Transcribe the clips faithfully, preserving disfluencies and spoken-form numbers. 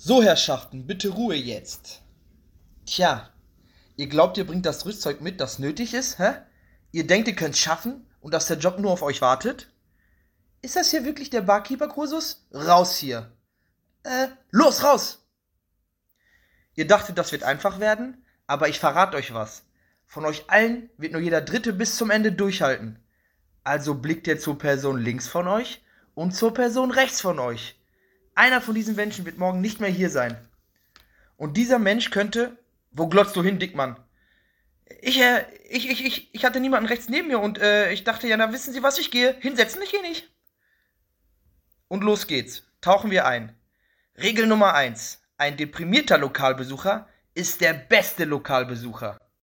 So, Herrschaften, bitte Ruhe jetzt. Tja, ihr glaubt, ihr bringt das Rüstzeug mit, das nötig ist, hä? Ihr denkt, ihr könnt's schaffen und dass der Job nur auf euch wartet? Ist das hier wirklich der Barkeeper-Kursus? Raus hier. Äh, los, raus! Ihr dachtet, das wird einfach werden, aber ich verrate euch was. Von euch allen wird nur jeder Dritte bis zum Ende durchhalten. Also blickt ihr zur Person links von euch und zur Person rechts von euch. Einer von diesen Menschen wird morgen nicht mehr hier sein. Und dieser Mensch könnte... Wo glotzt du hin, Dickmann? Ich, äh, ich, ich, ich, ich hatte niemanden rechts neben mir und, äh, ich dachte, ja, na wissen Sie was, ich gehe. Hinsetzen, ich gehe nicht. Und los geht's. Tauchen wir ein. Regel Nummer eins. Ein deprimierter Lokalbesucher ist der beste Lokalbesucher.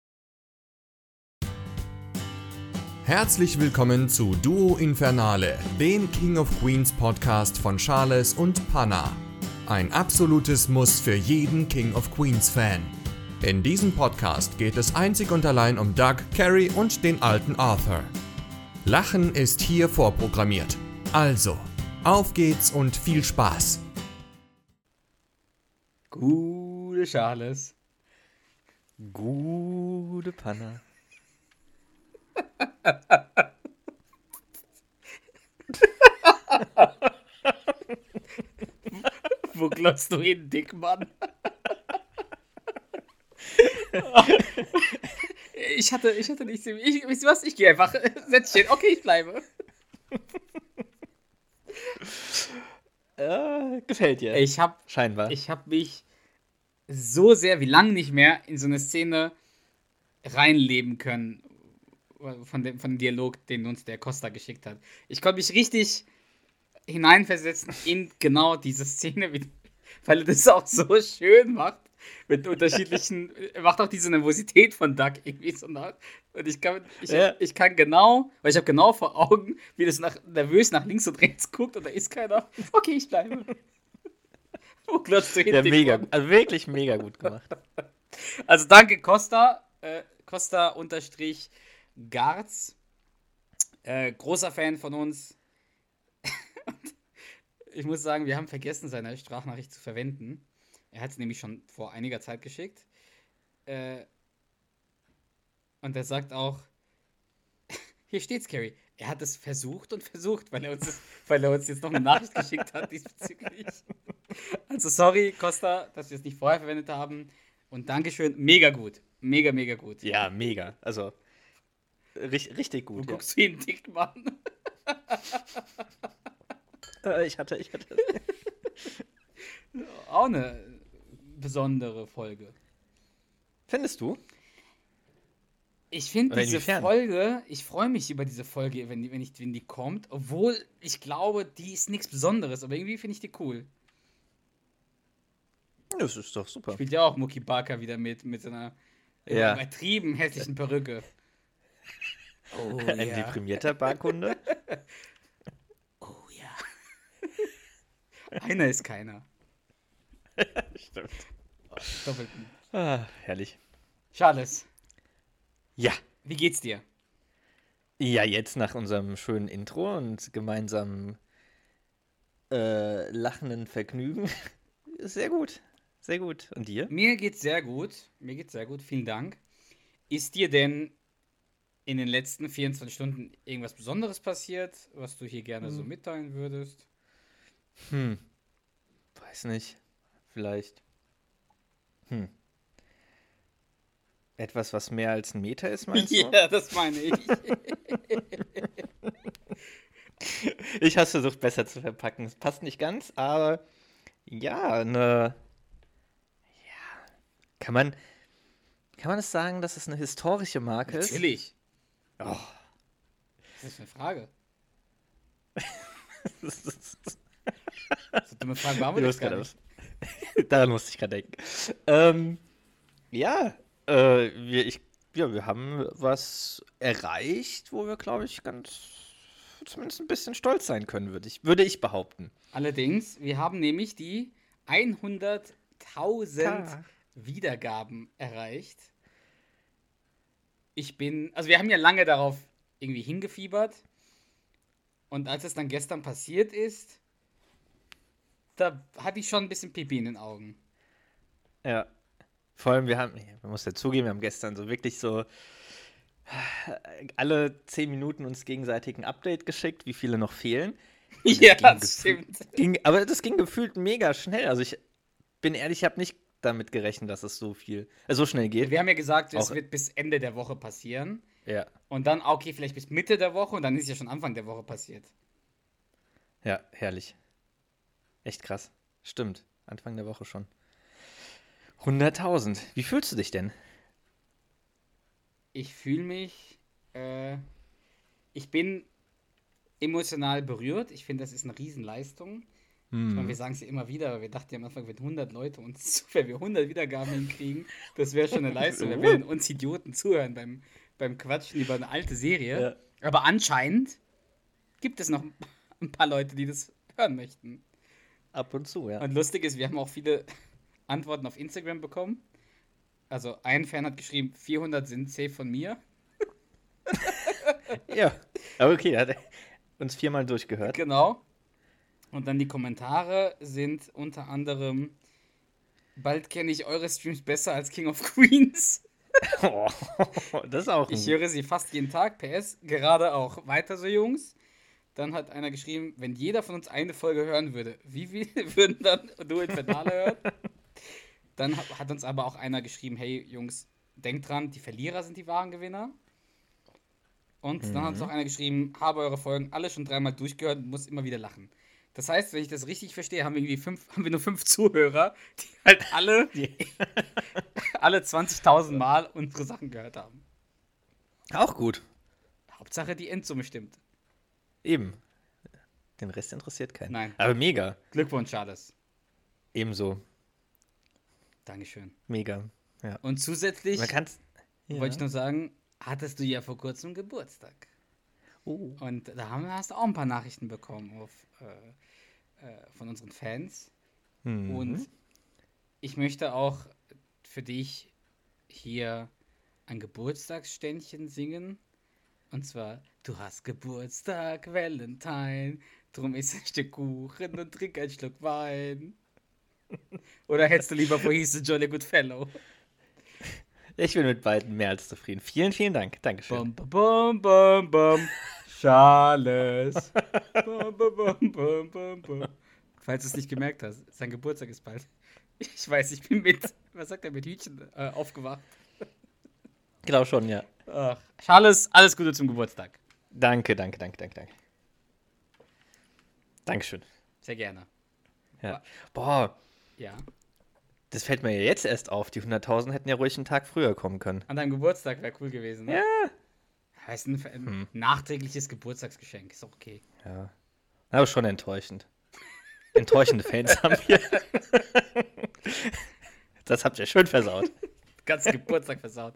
Herzlich willkommen zu Duo Infernale, dem King of Queens Podcast von Charles und Panna. Ein absolutes Muss für jeden King of Queens Fan. In diesem Podcast geht es einzig und allein um Doug, Carrie und den alten Arthur. Lachen ist hier vorprogrammiert. Also, auf geht's und viel Spaß. Gute Charles. Gute Panna. Wo glotzt du hin, Dickmann? ich hatte, ich hatte nicht... Ich, wisst ihr was? Ich gehe einfach. Setz dich hin. Okay, ich bleibe. Äh, gefällt dir. Ich hab... Scheinbar. Ich hab mich so sehr wie lange nicht mehr in so eine Szene reinleben können. Von dem, von dem Dialog, den uns der Costa geschickt hat. Ich konnte mich richtig hineinversetzen in genau diese Szene, weil er das auch so schön macht. Mit unterschiedlichen, er macht auch diese Nervosität von Doug irgendwie so nach. Und ich kann, ich, Ja. ich kann genau, weil ich habe genau vor Augen, wie das nach, nervös nach links und rechts guckt und da ist keiner. Okay, ich bleibe. Wo glotzt du hin? Ja, Dick, mega, Mann? also wirklich mega gut gemacht. Also danke Costa, äh, Costa unterstrich Garz, äh, großer Fan von uns. Ich muss sagen, wir haben vergessen, seine Sprachnachricht zu verwenden. Er hat es nämlich schon vor einiger Zeit geschickt. Äh, und er sagt auch, hier steht's, Carrie. Er hat es versucht und versucht, weil er uns, weil er uns jetzt noch eine Nachricht geschickt hat diesbezüglich. Also sorry, Costa, dass wir es nicht vorher verwendet haben. Und Dankeschön, mega gut. Mega, mega gut. Ja, mega. Also, ri- richtig Du gut. guckst wie ein Dickmann. Ja. Äh, ich hatte, ich hatte. Auch eine besondere Folge. Findest du? Ich finde Oder diese inwiefern? Folge, ich freue mich über diese Folge, wenn die, wenn, ich, wenn die kommt, obwohl ich glaube, die ist nichts Besonderes, aber irgendwie finde ich die cool. Das ist doch super. Spielt ja auch Mookie Barker wieder mit, mit so einer Ja. übertrieben hässlichen Perücke. Oh Ein deprimierter Barkunde. Oh ja. Einer ist keiner. Stimmt. Doppelten. Ah, herrlich. Charles, Ja. wie geht's dir? Ja, jetzt nach unserem schönen Intro und gemeinsamen äh, lachenden Vergnügen. Sehr gut. Sehr gut. Und dir? Mir geht's sehr gut. Mir geht's sehr gut. Vielen Dank. Ist dir denn in den letzten vierundzwanzig Stunden irgendwas Besonderes passiert, was du hier gerne so mitteilen würdest? Hm. Weiß nicht. Vielleicht. Hm. Etwas, was mehr als ein Meter ist, meinst du? Ja, das meine ich. Ich habe es versucht, besser zu verpacken. Es passt nicht ganz, aber ja, eine. Ja. Kann man. Kann man es sagen, dass es eine historische Marke ist? Natürlich. Oh. Das ist eine Frage. Das ist- So dumme Fragen waren wir Du das hast gar gerade nicht. was- Daran musste ich gerade denken. Ähm, ja, äh, wir, ich, ja, wir haben was erreicht, wo wir, glaube ich, ganz zumindest ein bisschen stolz sein können, würde ich, würde ich behaupten. Allerdings, wir haben nämlich die hunderttausend Ja. Wiedergaben erreicht. Ich bin, also wir haben ja lange darauf irgendwie hingefiebert. Und als es dann gestern passiert ist, da hatte ich schon ein bisschen Pipi in den Augen. Ja. Vor allem, wir haben, man muss ja zugeben, wir haben gestern so wirklich so alle zehn Minuten uns gegenseitig ein Update geschickt, wie viele noch fehlen. Und Ja, ging das gefühlt- stimmt. Ging, aber das ging gefühlt mega schnell. Also ich bin ehrlich, ich habe nicht damit gerechnet, dass es so viel, äh, so schnell geht. Wir haben ja gesagt, es Auch- wird bis Ende der Woche passieren. Ja, Und dann, okay, vielleicht bis Mitte der Woche und dann ist ja schon Anfang der Woche passiert. ja, herrlich. Echt krass. Stimmt. Anfang der Woche schon. hunderttausend. Wie fühlst du dich denn? Ich fühle mich, äh, ich bin emotional berührt. Ich finde, das ist eine Riesenleistung. Ich meine, wir sagen es ja immer wieder, aber wir dachten ja am Anfang, wenn hundert Leute uns, wenn wir hundert Wiedergaben hinkriegen, das wäre schon eine Leistung, wenn wir uns Idioten zuhören beim, beim Quatschen über eine alte Serie. Aber anscheinend gibt es noch ein paar Leute, die das hören möchten. Ab und zu, ja. Und lustig ist, wir haben auch viele Antworten auf Instagram bekommen. Also ein Fan hat geschrieben, vierhundert sind safe von mir. Ja, aber okay, er hat uns viermal durchgehört. Genau. Und dann die Kommentare sind unter anderem, bald kenne ich eure Streams besser als King of Queens. Oh, das ist auch Ich ein, höre sie fast jeden Tag. P S, gerade auch weiter so, Jungs. Dann hat einer geschrieben, wenn jeder von uns eine Folge hören würde, wie viele würden dann Duo Infernale hören? Dann hat, hat uns aber auch einer geschrieben, hey Jungs, denkt dran, die Verlierer sind die wahren Gewinner. Und dann hat uns auch einer geschrieben, habe eure Folgen alle schon dreimal durchgehört und muss immer wieder lachen. Das heißt, wenn ich das richtig verstehe, haben wir irgendwie fünf, haben wir nur fünf Zuhörer, die halt alle, alle zwanzigtausend Mal unsere Sachen gehört haben. auch gut. Hauptsache die Endsumme stimmt. Eben. Den Rest interessiert keinen. Nein. Aber mega. Glückwunsch, Charles. Ebenso. Dankeschön. Mega. Ja. Und zusätzlich Man kann's. Ja. wollte ich nur sagen, hattest du ja vor kurzem Geburtstag. Oh. Und da haben, hast du auch ein paar Nachrichten bekommen auf, äh, äh, von unseren Fans. Mhm. Und ich möchte auch für dich hier ein Geburtstagsständchen singen. Und zwar, du hast Geburtstag, Valentine, drum isst ein Stück Kuchen und trink ein Schluck Wein. Oder hättest du lieber For He's a Jolly Good Fellow? Ich bin mit beiden mehr als zufrieden. Vielen, vielen Dank. Dankeschön. Bum, bum, bum, bum. Charles. Bum, bum, bum, bum, bum, bum. Falls du es nicht gemerkt hast, sein Geburtstag ist bald. Ich weiß, ich bin mit, was sagt er, mit Hütchen äh, aufgewacht. Genau schon, ja. Ach, Charles, alles Gute zum Geburtstag. Danke, danke, danke, danke, danke. Dankeschön. Sehr gerne. Ja. Boah, Ja. das fällt mir ja jetzt erst auf. Die hunderttausend hätten ja ruhig einen Tag früher kommen können. An deinem Geburtstag wäre cool gewesen, ne? Ja. Heißt ein, ein nachträgliches Geburtstagsgeschenk. Ist auch okay. Ja. Aber schon enttäuschend. Enttäuschende Fans haben wir. Das habt ihr schön versaut. Ganz Geburtstag versaut.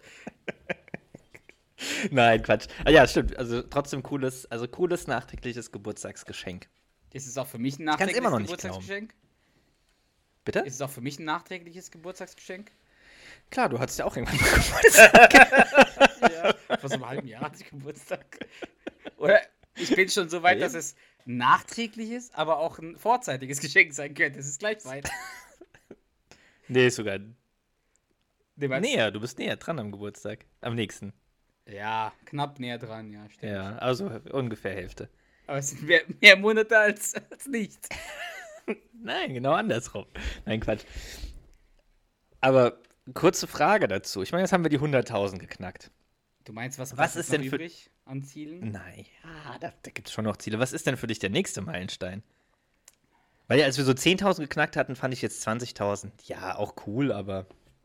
Nein, Quatsch. Ah, ja, stimmt. Also trotzdem cooles, also cooles nachträgliches Geburtstagsgeschenk. Ist es auch für mich ein kann's nachträgliches immer noch nicht Geburtstagsgeschenk? Bitte? Ist es auch für mich ein nachträgliches Geburtstagsgeschenk? Klar, du hattest ja auch irgendwann mal Geburtstag. Ja, vor so einem halben Jahr hatte ich Geburtstag. Oder ich bin schon so weit, Ja, dass es nachträglich ist, aber auch ein vorzeitiges Geschenk sein könnte. Es ist gleich weit. Nee, sogar Nee, meinst- näher. Du bist näher dran am Geburtstag. Am nächsten. Ja, knapp näher dran, ja, stimmt. Ja, also ungefähr Hälfte. Aber es sind mehr, mehr Monate als, als nichts. Nein, genau andersrum. Nein, Quatsch. Aber kurze Frage dazu. Ich meine, jetzt haben wir die hunderttausend geknackt. Du meinst, was, Was bleibt ist noch denn für- übrig an Zielen? Nein, ja, da, da gibt es schon noch Ziele. Was ist denn für dich der nächste Meilenstein? Weil ja, als wir so zehntausend geknackt hatten, fand ich jetzt zwanzigtausend. Ja, auch cool, aber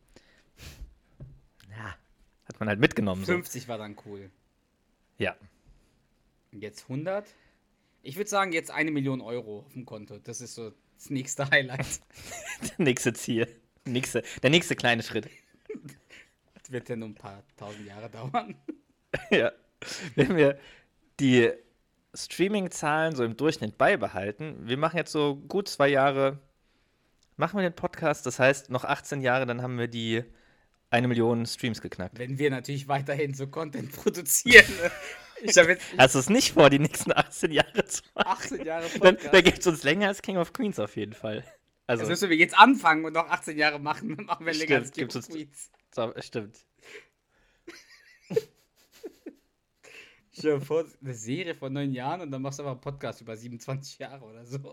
ja, hat man halt mitgenommen. So. fünfzig war dann cool. Ja, Jetzt hundert. Ich würde sagen, jetzt eine Million Euro auf dem Konto. Das ist so das nächste Highlight. das nächste Ziel. Nächste, der nächste kleine Schritt. Das wird ja nur ein paar tausend Jahre dauern. Ja. Wenn wir die Streaming-Zahlen so im Durchschnitt beibehalten, wir machen jetzt so gut zwei Jahre, machen wir den Podcast, das heißt noch achtzehn Jahre, dann haben wir die eine Million Streams geknackt. Wenn wir natürlich weiterhin so Content produzieren. Ich habe jetzt Hast du es nicht vor, die nächsten achtzehn Jahre zu machen? achtzehn Jahre Dann, Podcast. da gibt es uns länger als King of Queens auf jeden Fall. Also, Also müssen wir jetzt anfangen und noch achtzehn Jahre machen, dann machen wir länger Stimmt, als King gibt's of uns- Queens. so, stimmt. Stell dir vor, eine Serie von neun Jahren und dann machst du aber einen Podcast über siebenundzwanzig Jahre oder so.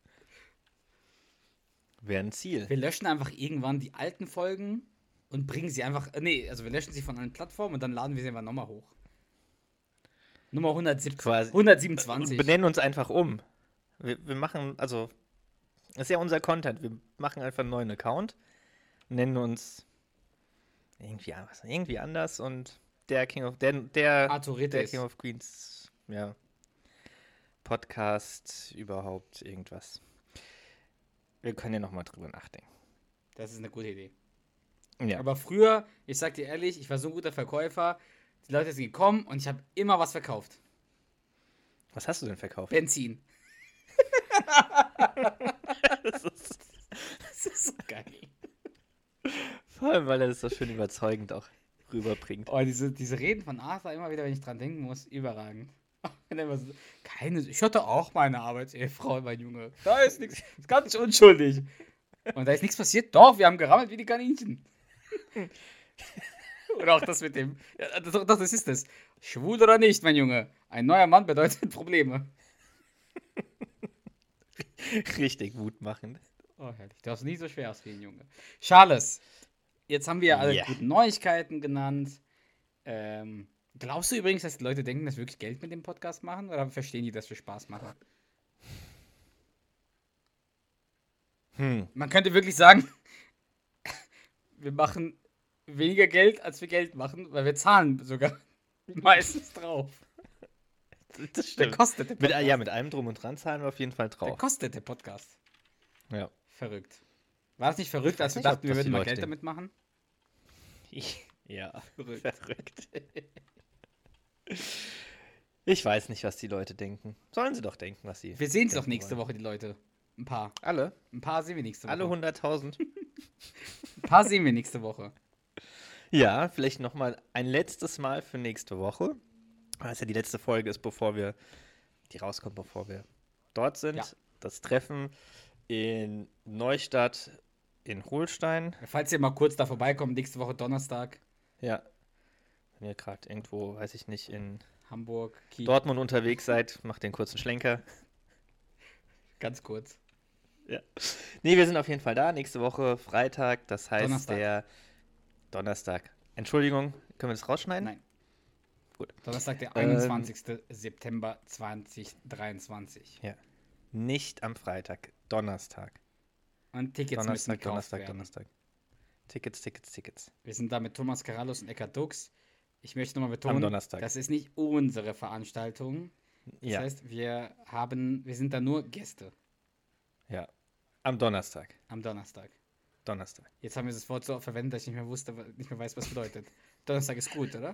Wäre ein Ziel. Wir löschen einfach irgendwann die alten Folgen und bringen sie einfach. äh, Nee, also wir löschen sie von allen Plattformen und dann laden wir sie einfach nochmal hoch. Nummer hundertsiebzig. Quasi. hundertsiebenundzwanzig. Und benennen uns einfach um. Wir, wir machen, also, das ist ja unser Content. Wir machen einfach einen neuen Account, nennen uns irgendwie, an- was, irgendwie anders und der King of, der, der, Arthuritis. der King of Queens, ja, Podcast, überhaupt irgendwas. Wir können ja nochmal drüber nachdenken. Das ist eine gute Idee. Ja. Aber früher, ich sag dir ehrlich, ich war so ein guter Verkäufer. Die Leute sind gekommen und ich habe immer was verkauft. Was hast du denn verkauft? Benzin. Das ist, Das ist so geil. vor allem, weil er das so schön überzeugend auch rüberbringt. Oh, diese, diese Reden von Arthur, immer wieder, wenn ich dran denken muss, überragend. Wenn er immer so, keine, ich hatte auch meine Arbeitsehefrau, mein Junge. Da ist nichts, ist ganz unschuldig. Und da ist nichts passiert. Doch, wir haben gerammelt wie die Kaninchen. Oder auch das mit dem, ja, das, doch, das ist es. Schwul oder nicht, mein Junge. Ein neuer Mann bedeutet Probleme. Richtig wutmachend. Oh, herrlich. Du hast nie so schwer ausgehen, Junge. Charles, jetzt haben wir ja alle Ja. gute Neuigkeiten genannt. Ähm, glaubst du übrigens, dass die Leute denken, dass wir wirklich Geld mit dem Podcast machen? Oder verstehen die, dass wir Spaß machen? Hm. Man könnte wirklich sagen, wir machen weniger Geld, als wir Geld machen, weil wir zahlen sogar meistens drauf. Das Der stimmt. kostet der Mit, Podcast. ja, mit allem drum und dran zahlen wir auf jeden Fall Der drauf. kostet der Podcast. Ja. Verrückt. War das nicht verrückt, Ich als weiß wir nicht, ob dachten, wir das würden die mal Leute Geld denken. damit machen? Ja, Verrückt. verrückt. Ich weiß nicht, was die Leute denken. Sollen sie doch denken, was sie. Wir sehen sie doch denken nächste wollen. Woche, die Leute. Ein paar. Alle? Ein paar sehen wir nächste Woche. Alle hunderttausend? Ein paar sehen wir nächste Woche. Ja, vielleicht nochmal ein letztes Mal für nächste Woche. Weil es ja die letzte Folge ist, bevor wir, die rauskommt, bevor wir dort sind. Ja. Das Treffen in Neustadt in Holstein. Falls ihr mal kurz da vorbeikommt, nächste Woche Donnerstag, Ja. Wenn ihr gerade irgendwo, weiß ich nicht, in Hamburg, Kiel. Dortmund unterwegs seid, macht den kurzen Schlenker. Ganz kurz. Ja. Nee, wir sind auf jeden Fall da. Nächste Woche Freitag, das heißt Donnerstag. der Donnerstag. Entschuldigung, können wir das rausschneiden? Nein. Gut. Donnerstag, der Ähm, einundzwanzigster September zweitausenddreiundzwanzig. Ja. Nicht am Freitag, Donnerstag. Und Tickets müssen Donnerstag, gekauft Donnerstag, werden. Donnerstag. Tickets, Tickets, Tickets. Wir sind da mit Thomas Karalus und Eckhard Dux. Ich möchte nochmal betonen, Am Donnerstag. das ist nicht unsere Veranstaltung. Das Ja, heißt, wir haben, wir sind da nur Gäste ja. Am Donnerstag. am Donnerstag. Donnerstag. Jetzt haben wir das Wort so oft verwendet, dass ich nicht mehr wusste, nicht mehr weiß, was es bedeutet. Donnerstag ist gut, oder?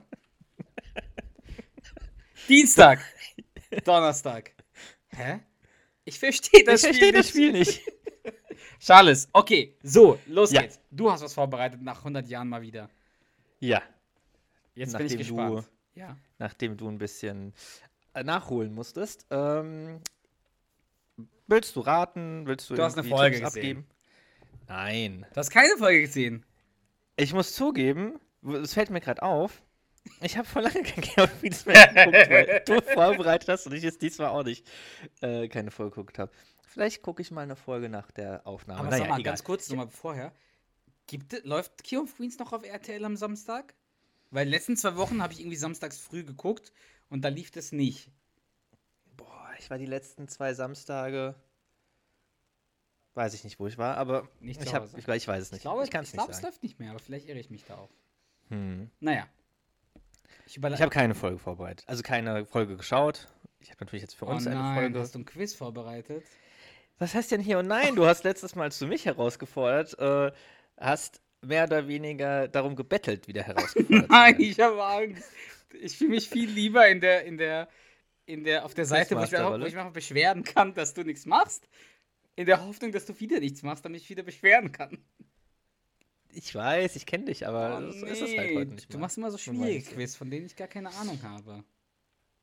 Dienstag. Donnerstag. Hä? Ich verstehe das ich Spiel verstehe das nicht. Spiel nicht. Charles, okay, so, los Ja. geht's. Du hast was vorbereitet nach hundert Jahren mal wieder. Ja, Jetzt bin ich Nachdem du- gespannt. Ja. nachdem du ein bisschen äh, nachholen musstest. Ähm, willst du raten? Willst du Du hast eine irgendwie Folge Tipps gesehen. abgeben? Nein. Du hast keine Folge gesehen. Ich muss zugeben, es fällt mir gerade auf, ich habe vor lange kein Game of Thrones mehr geguckt, weil du vorbereitet hast und ich jetzt diesmal auch nicht äh, keine Folge geguckt habe. Vielleicht gucke ich mal eine Folge nach der Aufnahme. Aber naja, sag mal, egal. ganz kurz nochmal vorher. Gibt, es- läuft King of Queens noch auf R T L am Samstag? Weil die letzten zwei Wochen habe ich irgendwie samstags früh geguckt und da lief das nicht. Boah, ich war die letzten zwei Samstage, weiß ich nicht, wo ich war, aber Nicht ich, zu hab, Hause. ich, ich weiß es nicht. Ich glaube, ich kann es ich nicht glaube, es sagen. läuft nicht mehr, aber vielleicht irre ich mich da auch. Hm. Naja. Ich, überle- Ich habe keine Folge vorbereitet, also keine Folge geschaut. Ich habe natürlich jetzt für oh uns eine nein, Folge. hast du ein Quiz vorbereitet? Was heißt denn hier und nein? Du hast letztes Mal zu mich herausgefordert, äh, hast mehr oder weniger darum gebettelt, wieder herausgefordert Nein, zu werden. ich habe Angst. Ich fühle mich viel lieber in der, in der, in der, auf der Seite, wo ich, mir, Quizmaster-Rolle. wo ich mich einfach beschweren kann, dass du nichts machst. In der Hoffnung, dass du wieder nichts machst, damit ich wieder beschweren kann. Ich weiß, ich kenne dich, aber Oh, so ist es halt nee, heute nicht Du mehr. machst immer so Nun weiß schwierige ich's. Quiz, von denen ich gar keine Ahnung habe.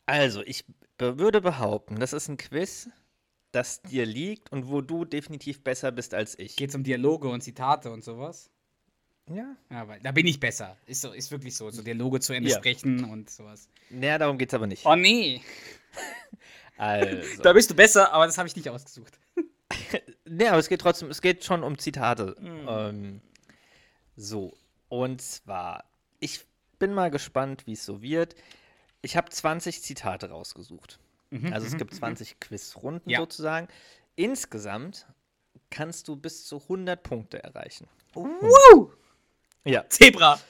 Also, ich be würde behaupten, das ist ein Quiz, das dir liegt und wo du definitiv besser bist als ich. Geht's um Dialoge und Zitate und sowas? Ja. Ja, weil da bin ich besser. Ist, so, ist wirklich so. So Dialoge zu Ende Ja. sprechen und sowas. Naja, darum geht's aber nicht. Oh nee. Also. Da bist du besser, aber das habe ich nicht ausgesucht. Nee, aber es geht trotzdem, es geht schon um Zitate. Mm. Ähm, so, und zwar, ich bin mal gespannt, wie es so wird. Ich habe zwanzig Zitate rausgesucht. Mhm, Also es mhm, gibt mhm. zwanzig Quizrunden Ja. sozusagen. Insgesamt kannst du bis zu hundert Punkte erreichen. Woo! Ja, Zebra.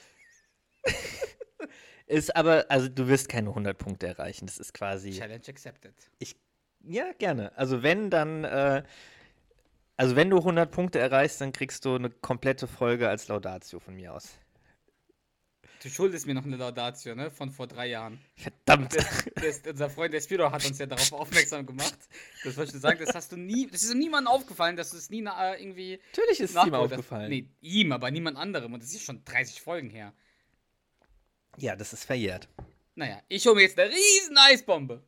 ist aber, also du wirst keine hundert Punkte erreichen. Das ist quasi, Challenge accepted. ich, ja, gerne. Also wenn dann, äh, also wenn du hundert Punkte erreichst, dann kriegst du eine komplette Folge als Laudatio von mir aus. Du schuldest mir noch eine Laudatio, ne? Von vor drei Jahren. Verdammt. Der, der, ist- unser Freund der Spiro hat uns ja darauf aufmerksam gemacht. Das wollte ich sagen, das hast du nie, das ist niemandem aufgefallen, dass du es nie na, äh, irgendwie Natürlich ist es ihm nachgeholt hast. aufgefallen. Nee, ihm, aber niemand anderem. Und das ist schon dreißig Folgen her. Ja, das ist verjährt. Naja, ich hole mir jetzt eine riesen Eisbombe.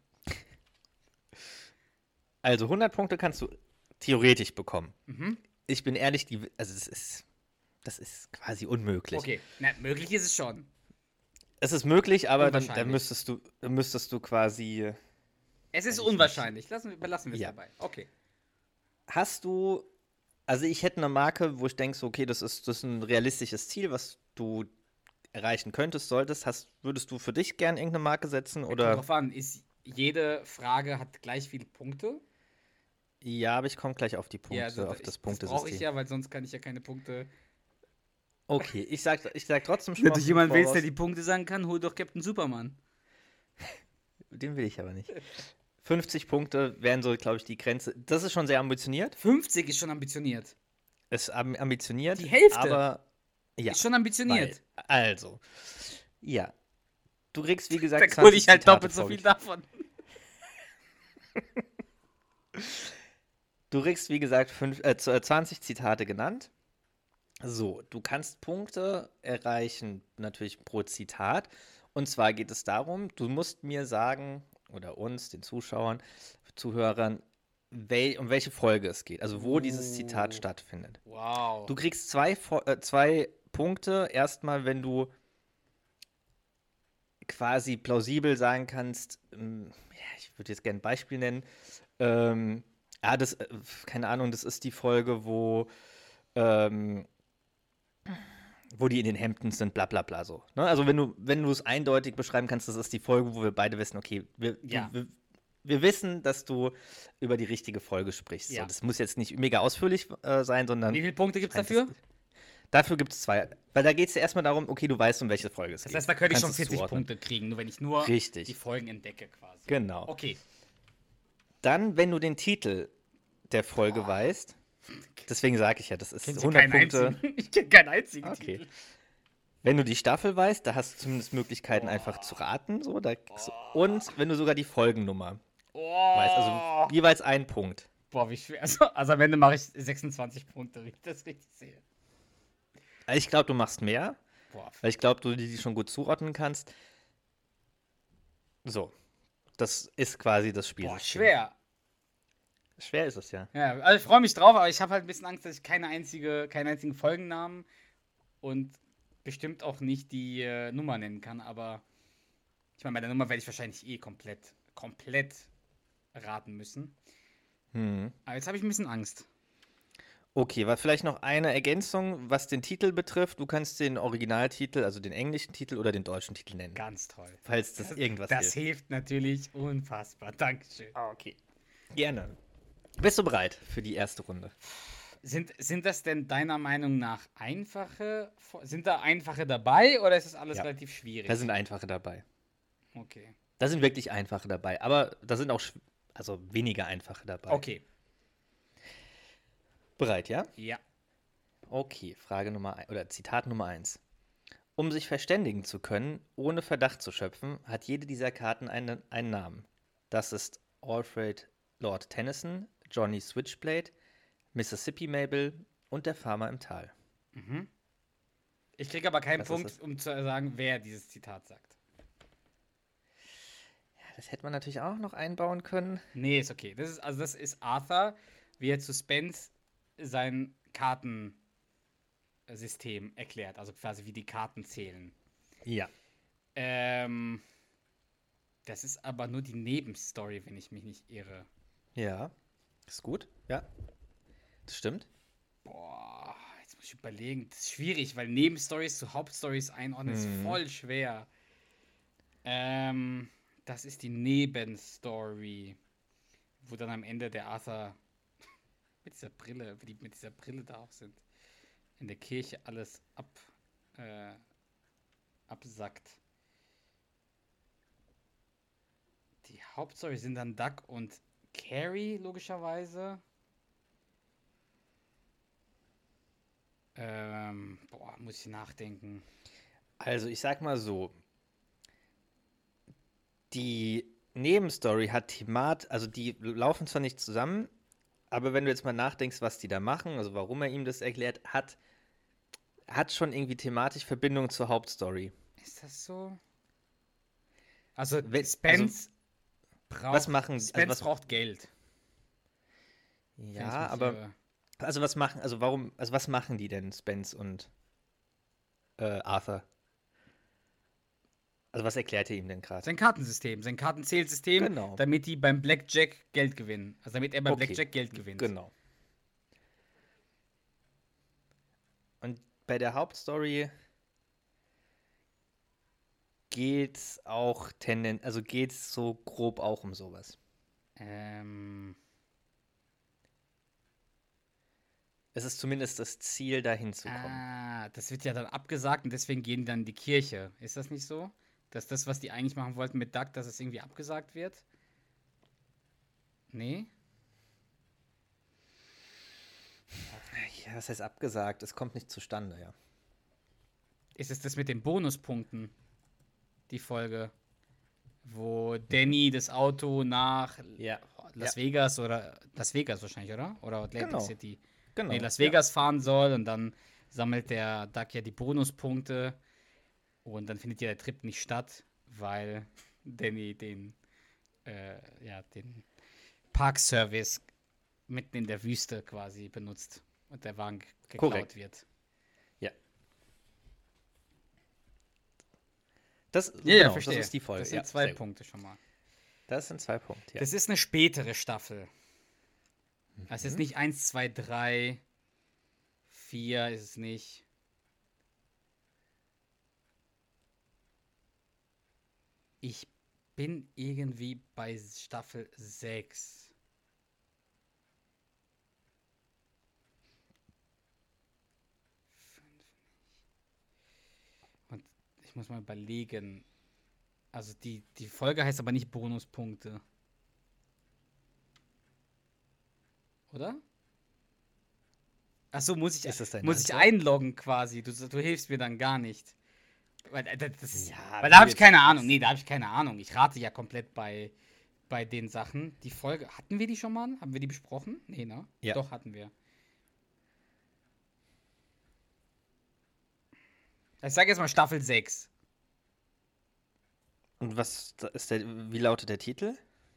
Also hundert Punkte kannst du theoretisch bekommen. Mhm. Ich bin ehrlich, die, also es ist, das ist quasi unmöglich. Okay, na, möglich ist es schon. Es ist möglich, aber dann, dann Unwahrscheinlich. müsstest du, dann müsstest du quasi, Es ist Weiß ich unwahrscheinlich. Lassen, belassen wir es Ja. dabei. Okay. hast du, also ich hätte eine Marke, wo ich denke, so, okay, das ist, das ist ein realistisches Ziel, was du erreichen könntest, solltest. Hast, würdest du für dich gern irgendeine Marke setzen Kommt oder? drauf an, ist jede Frage hat gleich viele Punkte? Ja, aber ich komme gleich auf die Punkte, also auf ich- das Das brauche ich Punktesystem. ja, weil sonst kann ich ja keine Punkte. Okay, ich sag, ich sag trotzdem schon Wenn mal du im jemanden willst, der Voraus- die Punkte sagen kann, hol doch Captain Superman. Den will ich aber nicht. fünfzig Punkte wären so, glaube ich, die Grenze. Das ist schon sehr ambitioniert. fünfzig ist schon ambitioniert. Ist am- ambitioniert. Die Hälfte. Aber ja. Ist schon ambitioniert. Weil, also, ja. Du kriegst, wie gesagt, Dann hol zwanzig ich halt Zitate doppelt so viel vorgestellt. davon. Du kriegst, wie gesagt, fünf, äh, z- äh, zwanzig Zitate genannt. So, du kannst Punkte erreichen, natürlich pro Zitat. Und zwar geht es darum, du musst mir sagen, oder uns, den Zuschauern, Zuhörern, wel um welche Folge es geht. Also wo dieses Zitat Oh. stattfindet. Wow. Du kriegst zwei, Fo- äh, zwei Punkte. Erstmal, wenn du quasi plausibel sagen kannst, ähm, ja, ich würde jetzt gerne ein Beispiel nennen. Ähm, ja, das, äh, keine Ahnung, das ist die Folge, wo, ähm, wo die in den Hamptons sind, bla bla bla so. Ne? Also wenn du, wenn du es eindeutig beschreiben kannst, das ist die Folge, wo wir beide wissen, okay, wir, Ja. du, wir, wir wissen, dass du über die richtige Folge sprichst. Ja. So, das muss jetzt nicht mega ausführlich äh, sein, sondern Wie viele Punkte gibt es Nein, dafür? das- dafür gibt es zwei. Weil da geht es ja erstmal darum, okay, du weißt, um welche Folge es Das geht. heißt, da könnte ich Du schon kannst es vierzig zuordnen. Punkte kriegen, nur wenn ich nur Richtig. die Folgen entdecke quasi. Genau. Okay. Dann, wenn du den Titel der Folge weißt, deswegen sage ich ja, das ist Kennst du hundert keinen Punkte. einzigen? Ich kenne keinen einzigen Okay. Titel. Wenn du die Staffel weißt, da hast du zumindest Möglichkeiten, einfach zu raten. So, da, kriegst du- und wenn du sogar die Folgennummer Oh. weißt, also jeweils ein Punkt. Boah, wie schwer. Also, also am Ende mache ich sechsundzwanzig Punkte, wenn ich das richtig sehe. Also ich glaube, du machst mehr, Boah, weil ich glaube, du die schon gut zuordnen kannst. So, das ist quasi das Spiel. boah schwer. Schwer ist es ja. Ja, also ich freue mich drauf, aber ich habe halt ein bisschen Angst, dass ich keine einzige, keinen einzigen Folgennamen und bestimmt auch nicht die äh, Nummer nennen kann, aber ich meine, bei der Nummer werde ich wahrscheinlich eh komplett, komplett raten müssen. Hm. Aber jetzt habe ich ein bisschen Angst. Okay, war vielleicht noch eine Ergänzung, was den Titel betrifft. Du kannst den Originaltitel, also den englischen Titel oder den deutschen Titel nennen, Ganz toll. falls das, irgendwas Das hilft. hilft natürlich unfassbar. Dankeschön. Ah, okay. Gerne. Bist du bereit für die erste Runde? Sind, sind das denn deiner Meinung nach einfache, Fo- sind da einfache dabei oder ist das alles Ja. relativ schwierig? Da sind einfache dabei. Okay. Da sind wirklich einfache dabei, aber da sind auch schw- also weniger einfache dabei. Okay. Bereit, ja? Ja. Okay, Frage Nummer ein, oder Zitat Nummer eins. Um sich verständigen zu können, ohne Verdacht zu schöpfen, hat jede dieser Karten einen, einen Namen. Das ist Alfred Lord Tennyson, Johnny Switchblade, Mississippi Mabel und der Farmer im Tal. Mhm. Ich kriege aber keinen Was ist Punkt, das? um zu sagen, wer dieses Zitat sagt. Das hätte man natürlich auch noch einbauen können. Nee, ist okay. Das ist, also das ist Arthur, wie er zu Spence sein Kartensystem erklärt. Also quasi wie die Karten zählen. Ja. Ähm, das ist aber nur die Nebenstory, wenn ich mich nicht irre. Ja. Ist gut. Ja. Das stimmt. Boah, jetzt muss ich überlegen. Das ist schwierig, weil Nebenstories zu Hauptstories einordnen ist Mhm. voll schwer. Ähm, das ist die Nebenstory, wo dann am Ende der Arthur mit dieser Brille, wie die mit dieser Brille da auch sind, in der Kirche alles ab, äh, absackt. Die Hauptstory sind dann Duck und Carrie, logischerweise. Ähm, boah, muss ich nachdenken. Also, ich sag mal so. Die Nebenstory hat Themat, also die laufen zwar nicht zusammen, aber wenn du jetzt mal nachdenkst, was die da machen, also warum er ihm das erklärt, hat, hat schon irgendwie thematisch Verbindung zur Hauptstory. Ist das so? Also, Wenn- Spence braucht, was machen- also Spence was- braucht Geld. wenn ich mich Ja, nicht aber irre. also was machen, also warum, also was machen die denn, Spence und äh, Arthur? Also was erklärt er ihm denn gerade? Sein Kartensystem, sein Kartenzählsystem, Genau. damit die beim Blackjack Geld gewinnen. Also damit er beim Okay, Blackjack Geld gewinnt. Genau. Und bei der Hauptstory geht's auch tenden, also geht's so grob auch um sowas. Ähm, Es ist zumindest das Ziel, dahin zu kommen. ah, das wird ja dann abgesagt und deswegen gehen die dann in die Kirche. Ist das nicht so? Dass das, was die eigentlich machen wollten mit Duck, dass es irgendwie abgesagt wird? Nee? Ja, was heißt abgesagt? Es kommt nicht zustande, ja. Ist es das mit den Bonuspunkten? Die Folge. Wo Danny das Auto nach Ja. Las Ja. Vegas oder Las Vegas wahrscheinlich, oder? Oder Atlantic Genau. City. Genau. Nee, Las ja. Vegas fahren soll und dann sammelt der Duck ja die Bonuspunkte und dann findet ja der Trip nicht statt, weil Danny den, äh, ja, den Parkservice mitten in der Wüste quasi benutzt und der Wagen g- geklaut Korrekt. wird. Ja. Das, Ja, ja, genau, verstehe. das ist die Folge. Das sind ja, zwei sehr gut. Punkte schon mal. Das sind zwei Punkte, ja. Das ist eine spätere Staffel. Es Mhm. ist nicht eins, zwei, drei, vier ist es nicht. Ich bin irgendwie bei Staffel sechs. Und ich muss mal überlegen. Also die, die Folge heißt aber nicht Bonuspunkte. Oder? Achso, muss ich, Ist das deine muss ich Antwort? einloggen quasi. Du, du hilfst mir dann gar nicht. Weil, äh, das ist, Ja, weil wenn da du habe ich jetzt keine sagst- Ahnung. Nee, da habe ich keine Ahnung. Ich rate ja komplett bei, bei den Sachen. Die Folge, hatten wir die schon mal? Haben wir die besprochen? Nee, ne? Ja. Doch, hatten wir. Ich sage jetzt mal Staffel sechs. Und was ist der, wie lautet der Titel?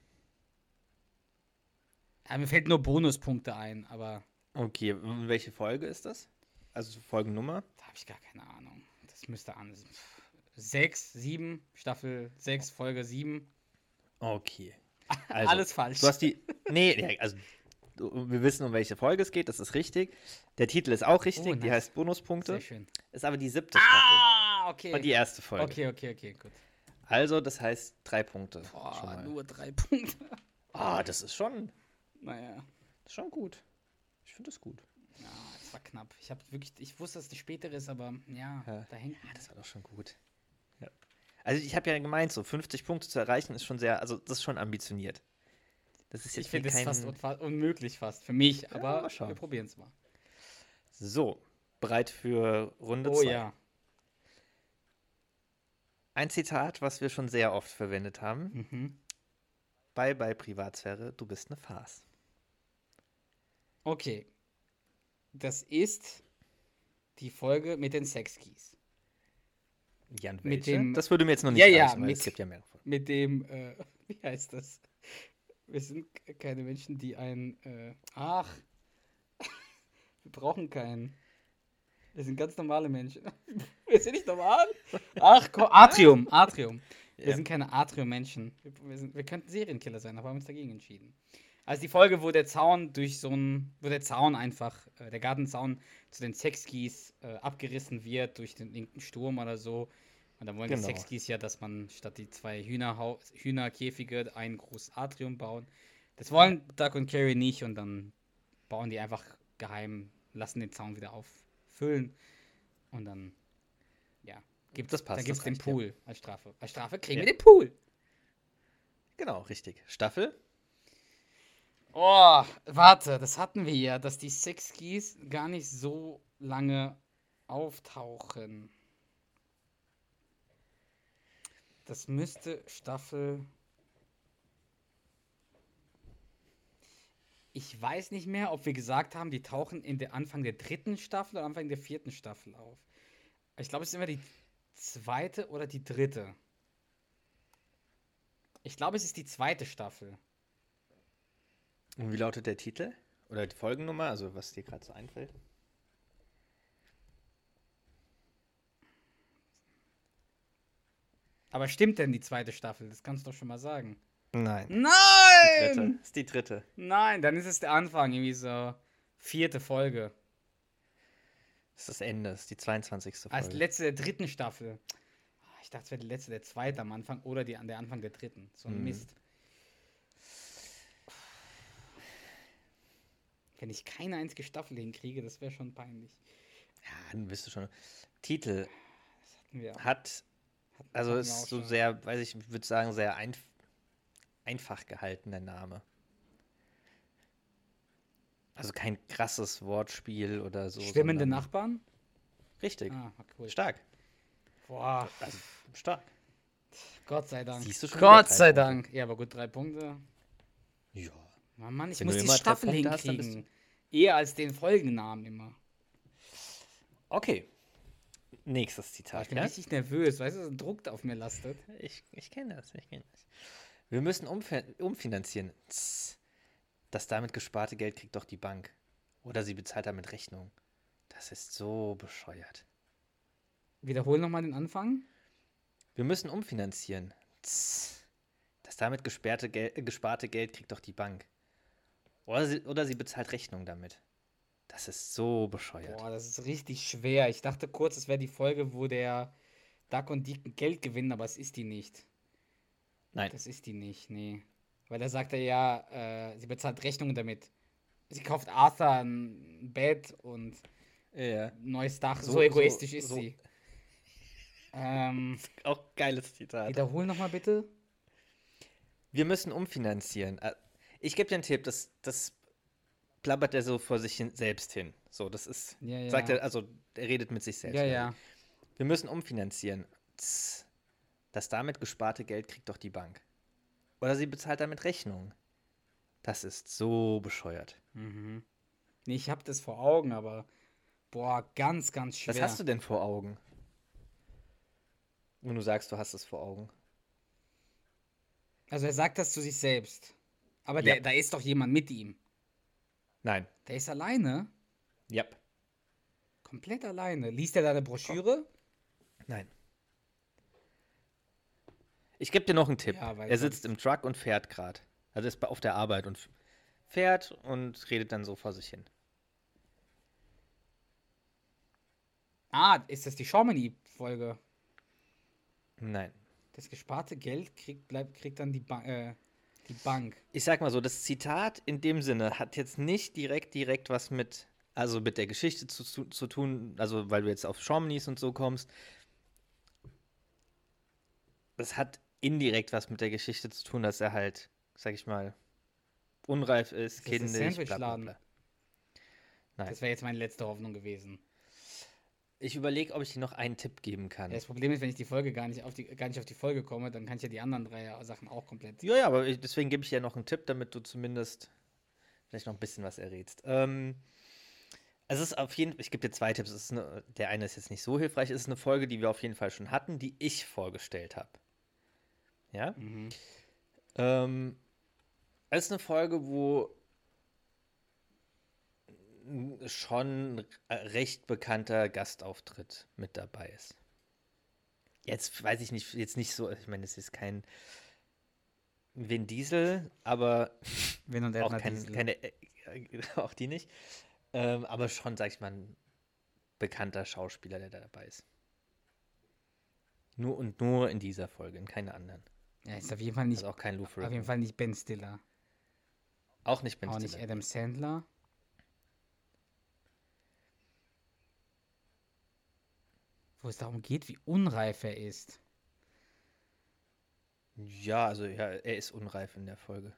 Ja, mir fällt nur Bonuspunkte ein, aber Okay, und welche Folge ist das? Also Folgennummer? da habe ich gar keine Ahnung. Das müsste an. sechs, sieben, Staffel sechs, Folge sieben. Okay. Also, Alles falsch. Du hast die. Nee, ja, also du- wir wissen, um welche Folge es geht, das ist richtig. Der Titel ist auch richtig, Oh, die nice. heißt Bonuspunkte. Sehr schön. Ist aber die siebte Staffel. Ah, okay. Und die erste Folge. Okay, okay, okay, gut. Also, das heißt drei Punkte. schon Boah, mal. nur drei Punkte. Ah, das ist schon, Naja, das ist schon gut. Ich finde das gut. ja, es war knapp. Ich habe wirklich, ich wusste, dass die spätere ist, aber ja, Ja. da hängt. Ja, das war doch schon gut. Ja. Also, ich habe ja gemeint, so fünfzig Punkte zu erreichen ist schon sehr, also das ist schon ambitioniert. Das ist jetzt Ich finde hier es kein... fast unfa- unmöglich fast für mich, aber mal schauen. wir probieren es mal. So, bereit für Runde Oh zwei. ja. Ein Zitat, was wir schon sehr oft verwendet haben. Mhm. Bye bye Privatsphäre, du bist eine Farce. Okay. Das ist die Folge mit den Sexkeys. Jan, Mit welche? dem- Das würde mir jetzt noch nicht Ja, ja, reichen, weil mit- es gibt ja mehrere von. Mit dem, äh, wie heißt das? Wir sind k- keine Menschen, die ein, äh, ach, wir brauchen keinen. Wir sind ganz normale Menschen. Wir sind nicht normal. Ach, komm, Atrium, Atrium. Wir Ja. sind keine Atrium-Menschen. Wir, wir, sind, wir könnten Serienkiller sein, aber haben uns dagegen entschieden. Also die Folge, wo der Zaun durch so ein, wo der Zaun einfach, äh, der Gartenzaun zu den Sexskis äh, abgerissen wird durch den linken Sturm oder so. Und dann wollen Genau. die Sexskis ja, dass man statt die zwei Hühnerhau Hühnerkäfige ein großes Atrium bauen. Das wollen Doug und Carrie nicht und dann bauen die einfach geheim, lassen den Zaun wieder auffüllen und dann, ja, gibt's, Das passt, dann gibt es das den reicht, ja. Pool als Strafe. Als Strafe kriegen Ja. wir den Pool. Genau, richtig. Staffel? Oh, warte, das hatten wir ja, dass die Sexskis gar nicht so lange auftauchen. Das müsste Staffel. Ich weiß nicht mehr, ob wir gesagt haben, die tauchen in der Anfang der dritten Staffel oder Anfang der vierten Staffel auf. Ich glaube, es ist immer die zweite oder die dritte. Ich glaube, es ist die zweite Staffel. Und wie lautet der Titel? Oder die Folgennummer, also was dir gerade so einfällt? Aber stimmt denn die zweite Staffel? Das kannst du doch schon mal sagen. Nein. Die Nein! dritte. Ist die dritte. Nein, dann ist es der Anfang, irgendwie so vierte Folge. Das ist das Ende, das ist die zweiundzwanzigste Als Folge. letzte der dritten Staffel. Ah, Ich dachte, es wäre die letzte der zweiten am Anfang oder die, an der Anfang der dritten. So ein Mhm. Mist. Wenn ich keine einzige Staffel hinkriege, das wäre schon peinlich. Ja, dann bist du schon. Titel Das hatten wir. hat, hatten- also hatten wir ist auch so schon. sehr, weiß ich, ich würde sagen, sehr einf einfach gehalten, der Name. Also kein krasses Wortspiel oder so. Schwimmende sondern- Nachbarn? Richtig. Ah, cool. Stark. Boah, Also stark. Gott sei Dank. Siehst du schon Gott wieder drei sei Punkte. Dank. Ja, aber gut, drei Punkte. Ja. Mann, Mann, ich Wenn muss du die immer drei Staffel Punkte hast, dann bist hinkriegen. Eher als den Folgennamen immer. Okay. Nächstes Aber Zitat. ich bin Ja? richtig nervös, weißt du, so ein Druck auf mir lastet. Ich, ich kenne das, ich kenne das. Wir müssen umfi umfinanzieren. Tss. Das damit gesparte Geld kriegt doch die Bank. Oder sie bezahlt damit Rechnung. Das ist so bescheuert. Wiederhol nochmal den Anfang. Wir müssen umfinanzieren. Tss. Das damit gesperrte Gel äh, gesparte Geld kriegt doch die Bank. Oder sie, oder sie bezahlt Rechnung damit. Das ist so bescheuert. Boah, das ist richtig schwer. Ich dachte kurz, es wäre die Folge, wo der Duck und Deacon Geld gewinnen, aber es ist die nicht. Nein. Das ist die nicht, nee. Weil da sagt er ja, äh, sie bezahlt Rechnungen damit. Sie kauft Arthur ein Bett und Ja. ein neues Dach. So, So- egoistisch so- ist so- sie. Ähm, Auch geiles Zitat. wiederhol nochmal bitte. Wir müssen umfinanzieren. Äh, Ich gebe dir einen Tipp, das, das plappert er so vor sich hin, selbst hin. So, das ist, Ja, ja. sagt er, also er redet mit sich selbst. Ja, Also, ja. Wir müssen umfinanzieren. Tss. Das damit gesparte Geld kriegt doch die Bank. Oder sie bezahlt damit Rechnung. Das ist so bescheuert. Mhm. Nee, ich hab das vor Augen, aber boah, ganz, ganz schwer. Was hast du denn vor Augen? Wenn du sagst, du hast es vor Augen. Also er sagt das zu sich selbst. Aber Ja. der, da ist doch jemand mit ihm. Nein. Der ist alleine. Ja. Komplett alleine. Liest er da eine Broschüre? Nein. Ich gebe dir noch einen Tipp. Ja, weil Er sitzt sonst- im Truck und fährt gerade. Also ist auf der Arbeit und f- fährt und redet dann so vor sich hin. Ah, ist das die Chamonix-Folge? Nein. Das gesparte Geld kriegt, bleibt, kriegt dann die, ba äh, die Bank. Ich sag mal so, das Zitat in dem Sinne hat jetzt nicht direkt direkt was mit, also mit der Geschichte zu, zu, zu tun, also weil du jetzt auf Chamonix und so kommst. Das hat indirekt was mit der Geschichte zu tun, dass er halt, sag ich mal, unreif ist, Ist das der kindisch, bla bla Sandwichladen? bla. Nein. Das wäre jetzt meine letzte Hoffnung gewesen. Ich überlege, ob ich dir noch einen Tipp geben kann. Ja, das Problem ist, wenn ich die Folge gar nicht auf die, gar nicht auf die Folge komme, dann kann ich ja die anderen drei Sachen auch komplett. Ja, ja, aber ich, deswegen gebe ich dir noch einen Tipp, damit du zumindest vielleicht noch ein bisschen was errätst. Ähm, Es ist auf jeden Fall, ich gebe dir zwei Tipps. Es ist eine, der eine ist jetzt nicht so hilfreich. Es ist eine Folge, die wir auf jeden Fall schon hatten, die ich vorgestellt habe. Ja? Mhm. Ähm, es ist eine Folge, wo schon ein recht bekannter Gastauftritt mit dabei ist. Jetzt weiß ich nicht, jetzt nicht so, ich meine, es ist kein Vin Diesel, aber Vin und auch Edna kein, Diesel. keine, äh, auch die nicht. Ähm, aber schon, sag ich mal, ein bekannter Schauspieler, der da dabei ist. Nur und nur in dieser Folge, in keiner anderen. Ja, ist auf jeden Fall nicht, Also auch kein Lou auf jeden Ferrigno. Fall nicht Ben Stiller. Auch nicht Ben Auch nicht Stiller. Adam Sandler. Wo es darum geht, wie unreif er ist. Ja, also ja, er ist unreif in der Folge.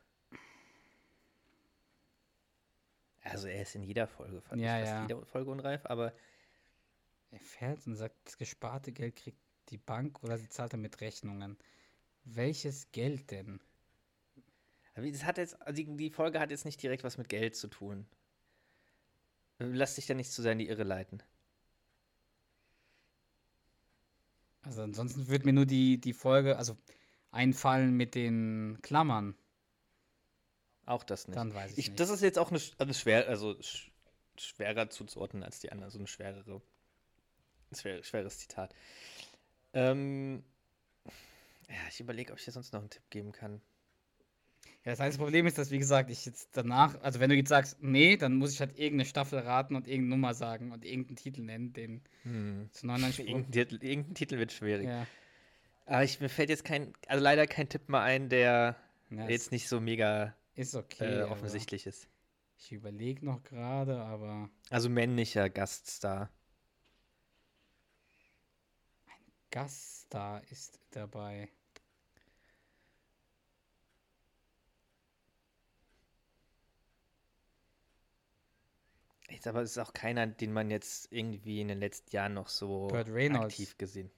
Also er ist in jeder Folge, fast, Ja, fast ja. jeder Folge unreif, aber Er fährt und sagt, das gesparte Geld kriegt die Bank oder sie zahlt er mit Rechnungen. Welches Geld denn? aber das hat jetzt, also die, die Folge hat jetzt nicht direkt was mit Geld zu tun. Lass dich da nicht zu sehr in die Irre leiten. Also ansonsten würde mir nur die, die Folge, also einfallen mit den Klammern. Auch das nicht. Dann weiß ich Ich, nicht. das ist jetzt auch eine, sch- also schwer, also sch, schwerer zuzuordnen als die anderen, so eine schwerere, ein schwer, schweres Zitat. Ähm, ja, ich überlege, ob ich dir sonst noch einen Tipp geben kann. Ja, das einzige Problem ist, dass, wie gesagt, ich jetzt danach, also wenn du jetzt sagst, nee, dann muss ich halt irgendeine Staffel raten und irgendeine Nummer sagen und irgendeinen Titel nennen, den Hm. zu neunundneunzig Irgendein, Titel, irgendein Titel wird schwierig. Ja, Aber ich, mir fällt jetzt kein, also leider kein Tipp mehr ein, der ja, jetzt nicht so mega ist okay. äh, aber offensichtlich ist. Ich überlege noch gerade, aber Also männlicher Gaststar. Gaststar ist dabei. Jetzt aber ist auch keiner, den man jetzt irgendwie in den letzten Jahren noch so Burt Reynolds. aktiv gesehen.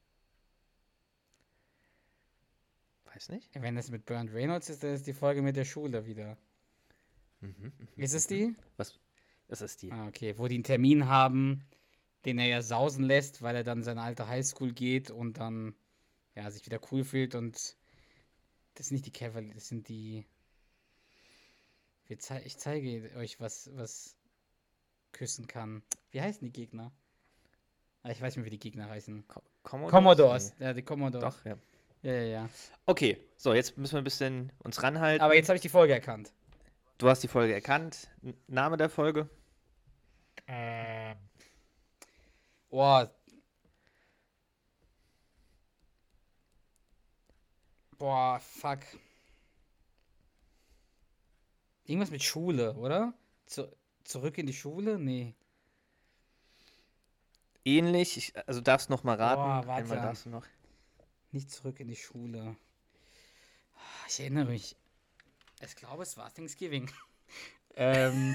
Weiß nicht. Wenn es mit Burt Reynolds ist, dann ist die Folge mit der Schule wieder. Mhm. Ist es die? Was? Das ist die. Ah, okay, wo die einen Termin haben, den er ja sausen lässt, weil er dann in seine alte Highschool geht und dann ja, sich wieder cool fühlt und das sind nicht die Cavaliers, das sind die. Wir zei ich zeige euch, was, was küssen kann. Wie heißen die Gegner? Ah, ich weiß nicht mehr, wie die Gegner heißen. Co- Commodores? Commodores. Ja, die Commodores. Doch, ja. Ja, ja, ja. Okay, so, jetzt müssen wir ein bisschen uns ranhalten. Aber jetzt habe ich die Folge erkannt. Du hast die Folge erkannt. N- Name der Folge? Ähm. Boah. Boah, fuck. Irgendwas mit Schule, oder? Zu zurück in die Schule? Nee. Ähnlich, ich, also darfst noch mal raten. Boah, Einmal warte. darfst du noch. Nicht zurück in die Schule. Ah, Ich erinnere mich. Ich glaube, es war Thanksgiving. ähm,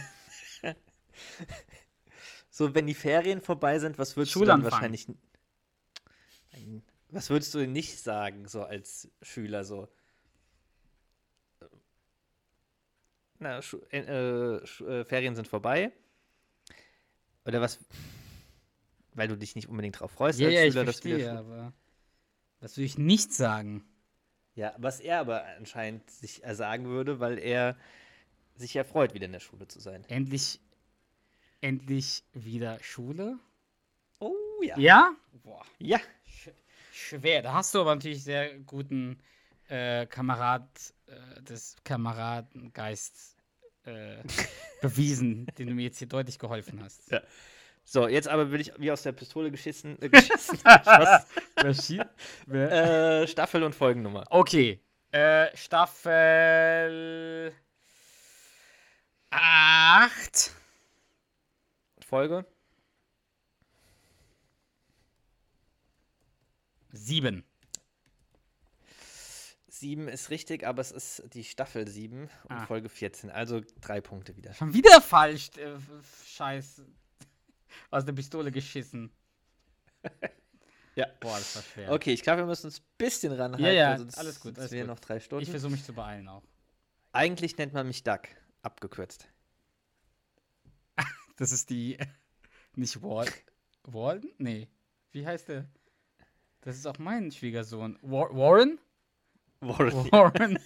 So, wenn die Ferien vorbei sind, was würdest du dann Schulanfang. wahrscheinlich. Nein. Was würdest du denn nicht sagen, so als Schüler, so? Na, Schu äh, äh, Schu äh, Ferien sind vorbei. Oder was? Weil du dich nicht unbedingt drauf freust ja, als ja, ich Schüler, dass wieder verstehe, Schu- aber was will ich nicht sagen? Ja, was er aber anscheinend sich äh, sagen würde, weil er sich ja freut, wieder in der Schule zu sein. Endlich, endlich wieder Schule? Oh ja. Ja? Boah, Ja. schwer. Da hast du aber natürlich sehr guten äh, Kamerad, äh, des Kameradengeist äh, bewiesen, den du mir jetzt hier deutlich geholfen hast. Ja. So, jetzt aber will ich wie aus der Pistole geschissen. Äh, geschissen. Was? äh, Staffel und Folgennummer. Okay. Äh, Staffel acht. Folge? sieben. sieben ist richtig, aber es ist die Staffel sieben und Ah. Folge vierzehn. Also drei Punkte wieder. Schon wieder falsch. Äh, f- Scheiß. Aus der Pistole geschissen. Ja. Boah, das war schwer. Okay, ich glaube, wir müssen uns ein bisschen ranhalten. Ja, ja, weil sonst alles gut, alles sitzen wir gut. noch drei Stunden. Ich versuche mich zu beeilen auch. Eigentlich nennt man mich Duck, abgekürzt. Das ist die. Nicht Wal Walden? Nee. Wie heißt der? Das ist auch mein Schwiegersohn. War Warren? Warren. Warren.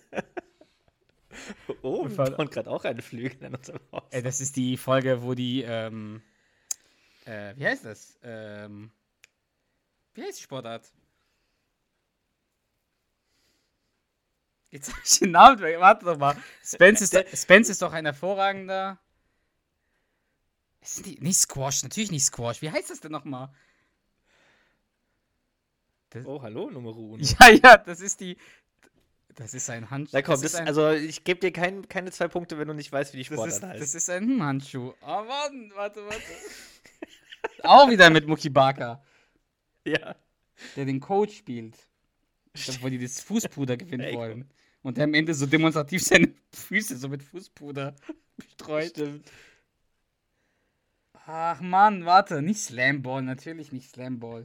Oh, wir bauen gerade auch einen Flügel in unserem Haus. Ey, das ist die Folge, wo die, ähm, äh, wie heißt das? Ähm, wie heißt die Sportart? Jetzt hab ich den Namen weg. Warte doch mal. Spence ist, Spence ist doch ein hervorragender. Ist die, nicht Squash, natürlich nicht Squash. Wie heißt das denn nochmal? Oh, hallo, Nummer uno. Ja, ja, das ist die. Das ist ein Handschuh. Na komm, das das, ist ein, also ich gebe dir kein, keine zwei Punkte, wenn du nicht weißt, wie die das, Sportart ist, heißt. das ist ein Handschuh. Oh Mann, warte, warte. Auch wieder mit Muki Baka, Ja. der den Coach spielt. Wo die das Fußpuder gewinnen Ey, wollen. Und der am Ende so demonstrativ seine Füße so mit Fußpuder bestreut. Stimmt. Ach Mann, warte, nicht Slamball, natürlich nicht Slamball.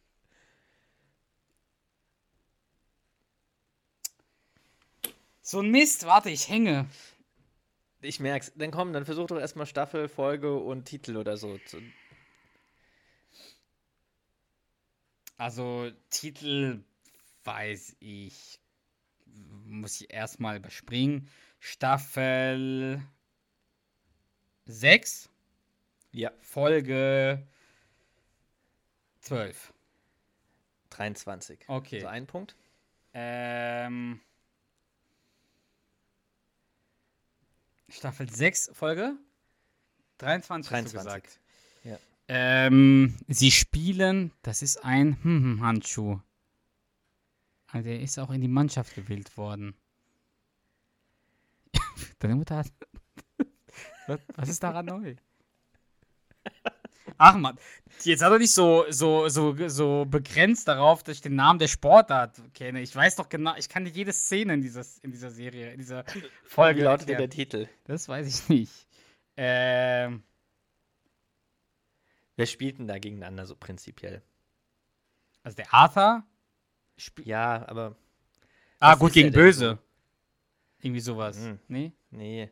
So ein Mist, warte, ich hänge. Ich merk's. Dann komm, dann versuch doch erstmal Staffel, Folge und Titel oder so. zu- Also, Titel weiß ich. Muss ich erstmal überspringen. Staffel sechs, Ja, Folge zwölf. dreiundzwanzig. Okay. Also ein Punkt. Ähm. Staffel sechs, Folge dreiundzwanzig, hast du dreiundzwanzig. gesagt. Ja. Ähm, sie spielen, das ist ein hm, hm, Handschuh. Also der ist auch in die Mannschaft gewählt worden. Deine Mutter hat. was, was ist daran neu? Ach man, jetzt sei doch nicht so, so, so, so begrenzt darauf, dass ich den Namen der Sportart kenne. Ich weiß doch genau, ich kann dir jede Szene in, dieses, in dieser Serie, in dieser Folge Wie lautet denn der erklären. Titel? Das weiß ich nicht. Ähm, Wer spielt denn da gegeneinander so prinzipiell? also der Arthur. Sp Ja, aber. ah, was gut ist er gegen denn böse. Irgendwie sowas. Hm. Nee? Nee.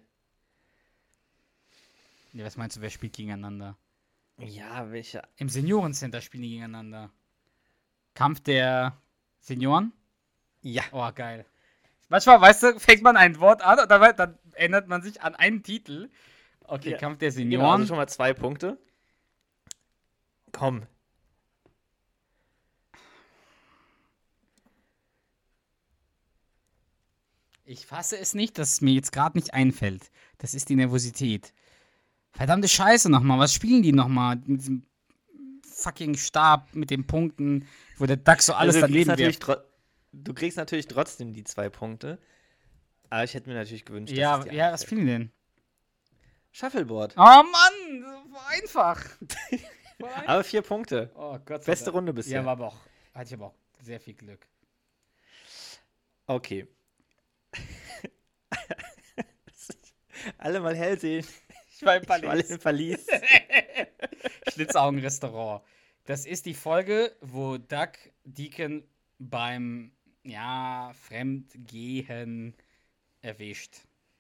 Nee, was meinst du, wer spielt gegeneinander? Ja, welcher? Im Seniorencenter spielen die gegeneinander. Kampf der Senioren? Ja. Oh, geil. Manchmal, weißt du, fängt man ein Wort an und dann, dann ändert man sich an einen Titel. Okay, Ja. Kampf der Genau, Senioren. also schon mal zwei Punkte. Komm. Ich fasse es nicht, dass es mir jetzt gerade nicht einfällt. Das ist die Nervosität. Verdammte Scheiße nochmal. Was spielen die nochmal? Mit diesem fucking Stab, mit den Punkten, wo der Duck so alles Also, du, kriegst daneben natürlich wirft. tro- du kriegst natürlich trotzdem die zwei Punkte. Aber ich hätte mir natürlich gewünscht, Ja, dass es dir ja, was einfällt. spielen die denn? Shuffleboard. Oh Mann, das war einfach. Voll einfach. Aber vier Punkte. Oh Gott sei Beste Dank. Runde bisher. Ja, war aber auch, hatte ich aber auch sehr viel Glück. Okay. Alle mal hell sehen. Ich war im Ich war im Verlies. Schlitzaugenrestaurant. Das ist die Folge, wo Duck Deacon beim, ja, Fremdgehen erwischt.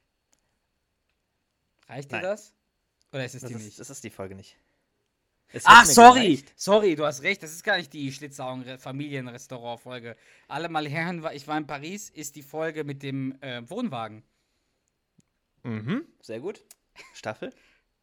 Reicht dir Nein. das? Oder ist es Das die ist, nicht? das ist die Folge nicht. Es Ach, hätte mir sorry. gereicht. Sorry, du hast recht. Das ist gar nicht die Schlitzaugen-Familienrestaurant-Folge. Alle mal hören, ich war in Paris, ist die Folge mit dem äh, Wohnwagen. Mhm, sehr gut. Staffel?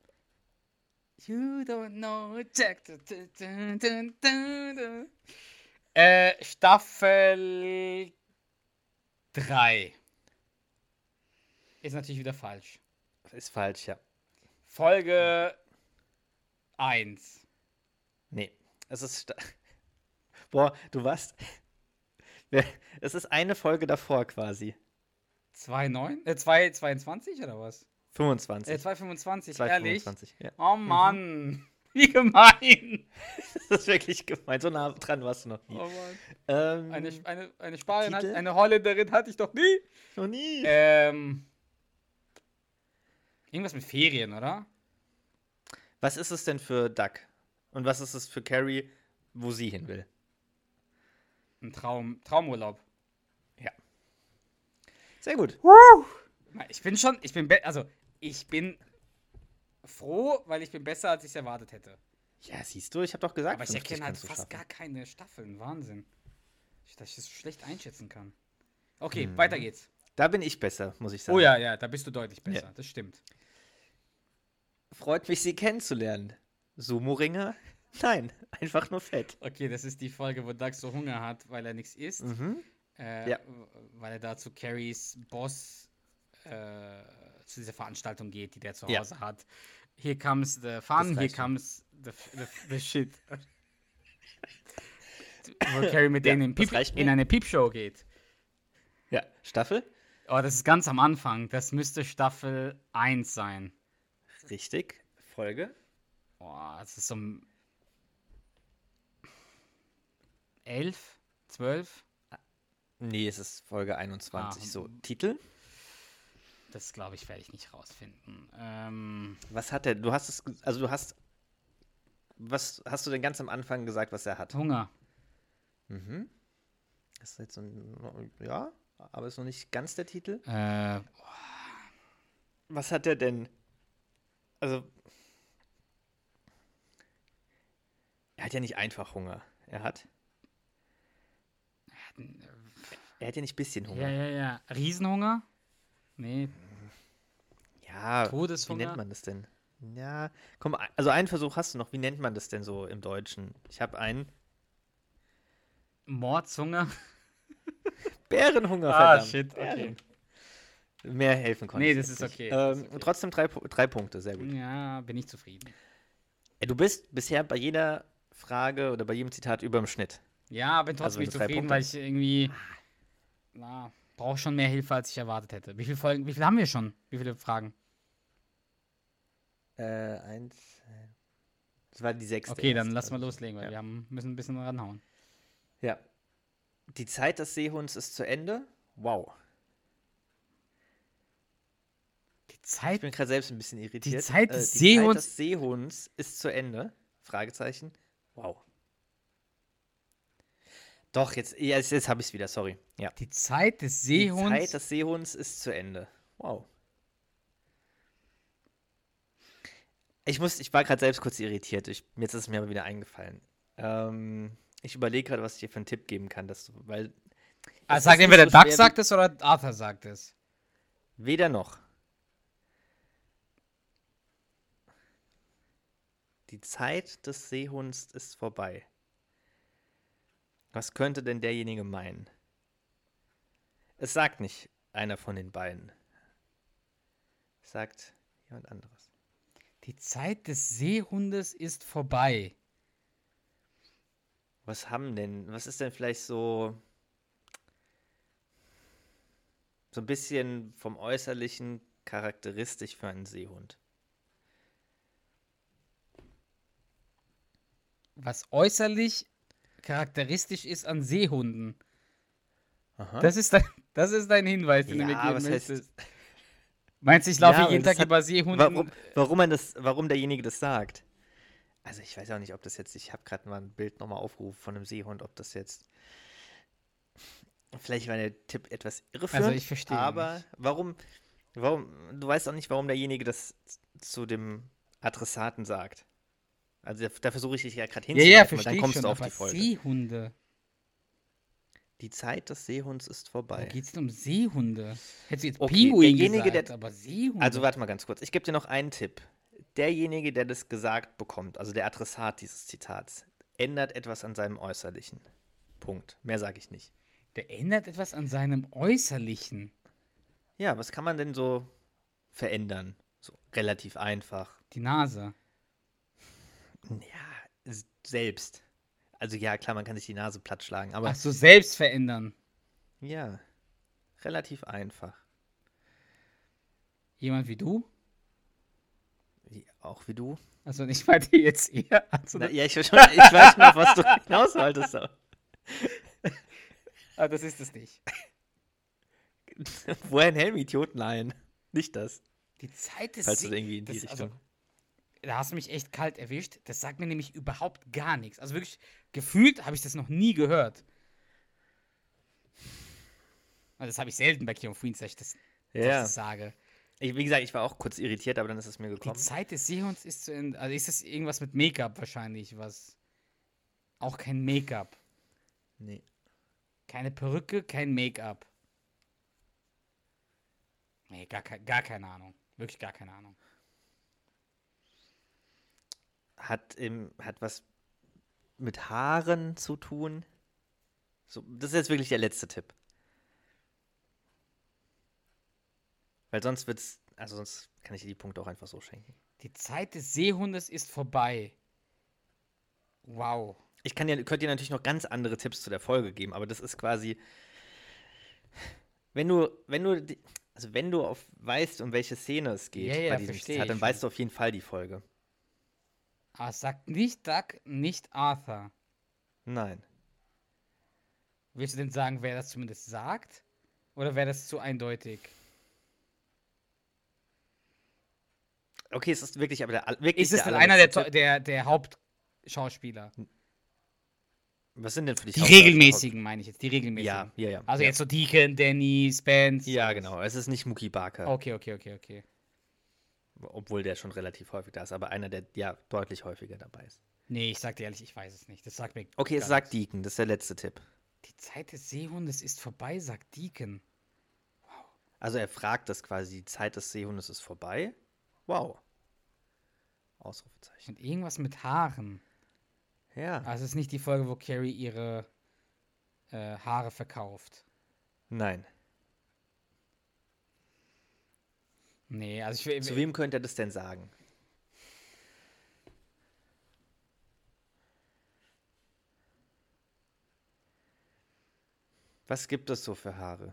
You don't know Jack. Du, du, du, du, du, du. Äh, Staffel drei. Ist natürlich wieder falsch. Ist falsch, ja. Folge eins. Nee, es ist. Sta Boah, du warst. Es ist eine Folge davor quasi. zwei neun? Äh, zwei zweiundzwanzig oder was? fünfundzwanzig. Äh, zwei fünfundzwanzig, zwei ehrlich? fünfundzwanzig, ja. Oh Mann. Wie gemein. Das ist wirklich gemein. So nah dran warst du noch nie. Oh Mann. Ähm, Eine, eine, eine Spanierin, hat, Titel? eine Holländerin hatte ich doch nie. noch nie. Ähm. Irgendwas mit Ferien, oder? Was ist es denn für Duck? Und was ist es für Carrie, wo sie hin will? Ein Traum, Traumurlaub. Sehr gut. Ich bin schon, ich bin, be- also ich bin froh, weil ich bin besser, als ich es erwartet hätte. Ja, siehst du, ich habe doch gesagt, Aber ich fünfzig erkenne halt kannst du fast schaffen. gar keine Staffeln. Wahnsinn. Ich- Dass ich das schlecht einschätzen kann. Okay, Hm. weiter geht's. Da bin ich besser, muss ich sagen. Oh ja, ja, da bist du deutlich besser. Ja. Das stimmt. Freut mich, Sie kennenzulernen. Sumo-Ringer? Nein, einfach nur fett. Okay, das ist die Folge, wo Doug so Hunger hat, weil er nichts isst. Mhm. Äh, Ja. Weil er da zu Carries Boss äh, zu dieser Veranstaltung geht, die der zu Ja. Hause hat. Here comes the fun, here reicht schon. comes the, the, the shit. Wo Carrie mit Ja, denen in, das Piep, reicht mir. in eine Piepshow geht. Ja, Staffel? Oh, das ist ganz am Anfang. Das müsste Staffel eins sein. Richtig. Folge? Oh, das ist so um elf, zwölf. Nee, es ist Folge einundzwanzig. Ah. So, Titel? Das glaube ich, werde ich nicht rausfinden. Ähm, Was hat er? Du hast es, ge- also du hast, was hast du denn ganz am Anfang gesagt, was er hat? Hunger. Mhm. Das ist jetzt so ein, ja, aber ist noch nicht ganz der Titel. Äh, Was hat er denn? Also, er hat ja nicht einfach Hunger. Er hat, er hat ja nicht bisschen ja, Hunger. ja, ja. Riesenhunger? Nee. Ja, Todeshunger? wie nennt man das denn? Ja, komm, also einen Versuch hast du noch. Wie nennt man das denn so im Deutschen? Ich habe einen Mordshunger? Bärenhunger, Ah, verdammt. shit, okay. Bären. Mehr helfen konnte Nee, ich das jetzt ist nicht. okay, das Ähm, ist okay. Trotzdem drei, Pu- drei Punkte, sehr gut. Ja, bin ich zufrieden. Ja, du bist bisher bei jeder Frage oder bei jedem Zitat über dem Schnitt. Ja, bin Also, trotzdem wenn nicht du drei zufrieden, Punkte weil ich irgendwie. Na, brauche schon mehr Hilfe, als ich erwartet hätte. Wie viele Folgen, wie viele haben wir schon? Wie viele Fragen? Äh, eins. äh, Das war die sechste. Okay, dann erst, lass mal also. loslegen, weil Ja. wir haben, müssen ein bisschen ranhauen. Ja. Die Zeit des Seehunds ist zu Ende. Wow. Die Ich Zeit. bin gerade selbst ein bisschen irritiert. Zeit des die Seehunds- Zeit des Seehunds ist zu Ende. Fragezeichen. Wow. Doch, jetzt, jetzt, jetzt habe ich es wieder, sorry. Ja. Die Zeit des Die Seehunds. Zeit des Seehunds ist zu Ende. Wow. Ich muss, ich war gerade selbst kurz irritiert. Ich, jetzt ist es mir aber wieder eingefallen. Ähm, ich überlege gerade, was ich dir für einen Tipp geben kann, dass du, weil. Ah, es sagt ist entweder nicht so Doug schwer sagt es oder Arthur sagt es. wie- Weder noch. Die Zeit des Seehunds ist vorbei. Was könnte denn derjenige meinen? Es sagt nicht einer von den beiden. Es sagt jemand anderes. Die Zeit des Seehundes ist vorbei. Was haben denn, was ist denn vielleicht so, so ein bisschen vom Äußerlichen charakteristisch für einen Seehund? Was äußerlich charakteristisch ist an Seehunden. Aha. Das ist dein, das ist dein Hinweis, den du mir ja, geben was heißt, möchtest. Meinst du, ich laufe Ja, jeden aber das Tag hat- über Seehunden? warum, warum, man das, warum derjenige das sagt? Also ich weiß auch nicht, ob das jetzt, ich habe gerade mal ein Bild nochmal aufgerufen von einem Seehund, ob das jetzt, vielleicht war der Tipp etwas irreführend, Also ich verstehe aber nicht. warum, warum, du weißt auch nicht, warum derjenige das zu dem Adressaten sagt. Also da, da versuche ich dich ja gerade Ja, hinzuleiten, ja, weil verstehe dann ich kommst schon, du auf aber die Folge. Seehunde. Die Zeit des Seehunds ist Wo vorbei. geht's denn um Seehunde? Hättest du jetzt Okay, Pinguin derjenige, gesagt, der- aber Seehunde. Also warte mal ganz kurz. Ich gebe dir noch einen Tipp. Derjenige, der das gesagt bekommt, also der Adressat dieses Zitats, ändert etwas an seinem Äußerlichen. Punkt. Mehr sage ich nicht. Der ändert etwas an seinem Äußerlichen. Ja, was kann man denn so verändern? So relativ einfach. Die Nase. Ja, s- selbst. Also ja, klar, man kann sich die Nase platt schlagen, aber Ach so, selbst verändern. ja, relativ einfach. Jemand wie du? Wie, auch wie du. Also ich meinte jetzt eher. Also, Na, ja, ich, schon, ich weiß schon, auf was du hinaus wolltest. aber- ah, das ist es nicht. Woher ein Helm, Idioten ein? Nicht das. Die Zeit des Falls du See- irgendwie in die das, Richtung. Also, da hast du mich echt kalt erwischt. Das sagt mir nämlich überhaupt gar nichts. Also wirklich, gefühlt habe ich das noch nie gehört. Also das habe ich selten bei King of Queens, dass ich das, dass ich Ja. das sage. Ich, wie gesagt, ich war auch kurz irritiert, aber dann ist es mir Die gekommen. Zeit des Seehunds ist zu Ende. Also ist das irgendwas mit Make-up wahrscheinlich, was. Auch kein Make-up. Nee. Keine Perücke, kein Make-up. Nee, gar, kei- gar keine Ahnung. Wirklich gar keine Ahnung. Hat, im, hat was mit Haaren zu tun? So, das ist jetzt wirklich der letzte Tipp. Weil sonst wird's, also sonst kann ich dir die Punkte auch einfach so schenken. Die Zeit des Seehundes ist vorbei. Wow. Ich kann dir, könnte dir natürlich noch ganz andere Tipps zu der Folge geben, aber das ist quasi, wenn du, wenn du, die- also wenn du auf, weißt, um welche Szene es geht Ja, ja, bei diesem versteh Zitat, ich dann schon. weißt du auf jeden Fall die Folge. Aber es sagt nicht Doug, nicht Arthur. Nein. Willst du denn sagen, wer das zumindest sagt? Oder wäre das zu eindeutig? Okay, es ist wirklich aber der, all- wirklich Ist es der denn einer der, allerletzte To- der, der Hauptschauspieler? Tipp. Was sind denn für dich Die Haupt- regelmäßigen, meine ich jetzt. Die regelmäßigen. Ja, ja, ja. Also ja. jetzt so Deacon, Danny, Spence. Ja, sowas. genau. Es ist nicht Mookie Barker, Okay, okay, okay, okay. obwohl der schon relativ häufig da ist, aber einer, der ja deutlich häufiger dabei ist. Nee, ich sag dir ehrlich, ich weiß es nicht. Das sagt mir. Okay, es gar sagt nichts. Deacon, das ist der letzte Tipp. Die Zeit des Seehundes ist vorbei, sagt Deacon. Also er fragt das quasi, die Zeit des Seehundes ist vorbei. Wow. Ausrufezeichen. Und irgendwas mit Haaren. Ja. Also es ist nicht die Folge, wo Carrie ihre äh, Haare verkauft. Nein. Nee, also ich will. Zu wem könnte er das denn sagen? Was gibt es so für Haare?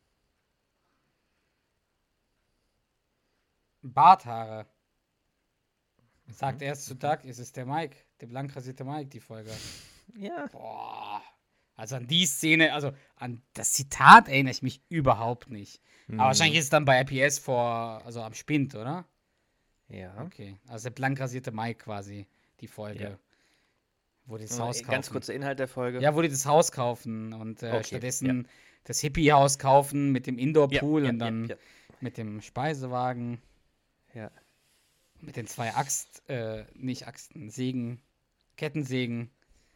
Barthaare. Sagt erst zu Doug, ist es der Mike, der blank rasierte Mike, die Folge. Ja. Boah. Also an die Szene, also an das Zitat erinnere ich mich überhaupt nicht. Hm. Aber wahrscheinlich ist es dann bei I P S vor, also am Spind, oder? Ja. Okay. Also der blank rasierte Mike quasi, die Folge. Ja. Wo die das Äh, Haus kaufen. Ganz kurzer Inhalt der Folge. Ja, wo die das Haus kaufen und äh, Okay, stattdessen das Hippie-Haus kaufen mit dem Indoor-Pool ja, und dann ja, mit dem Speisewagen, ja. mit den zwei Axt, äh, nicht Axten, Sägen, Kettensägen.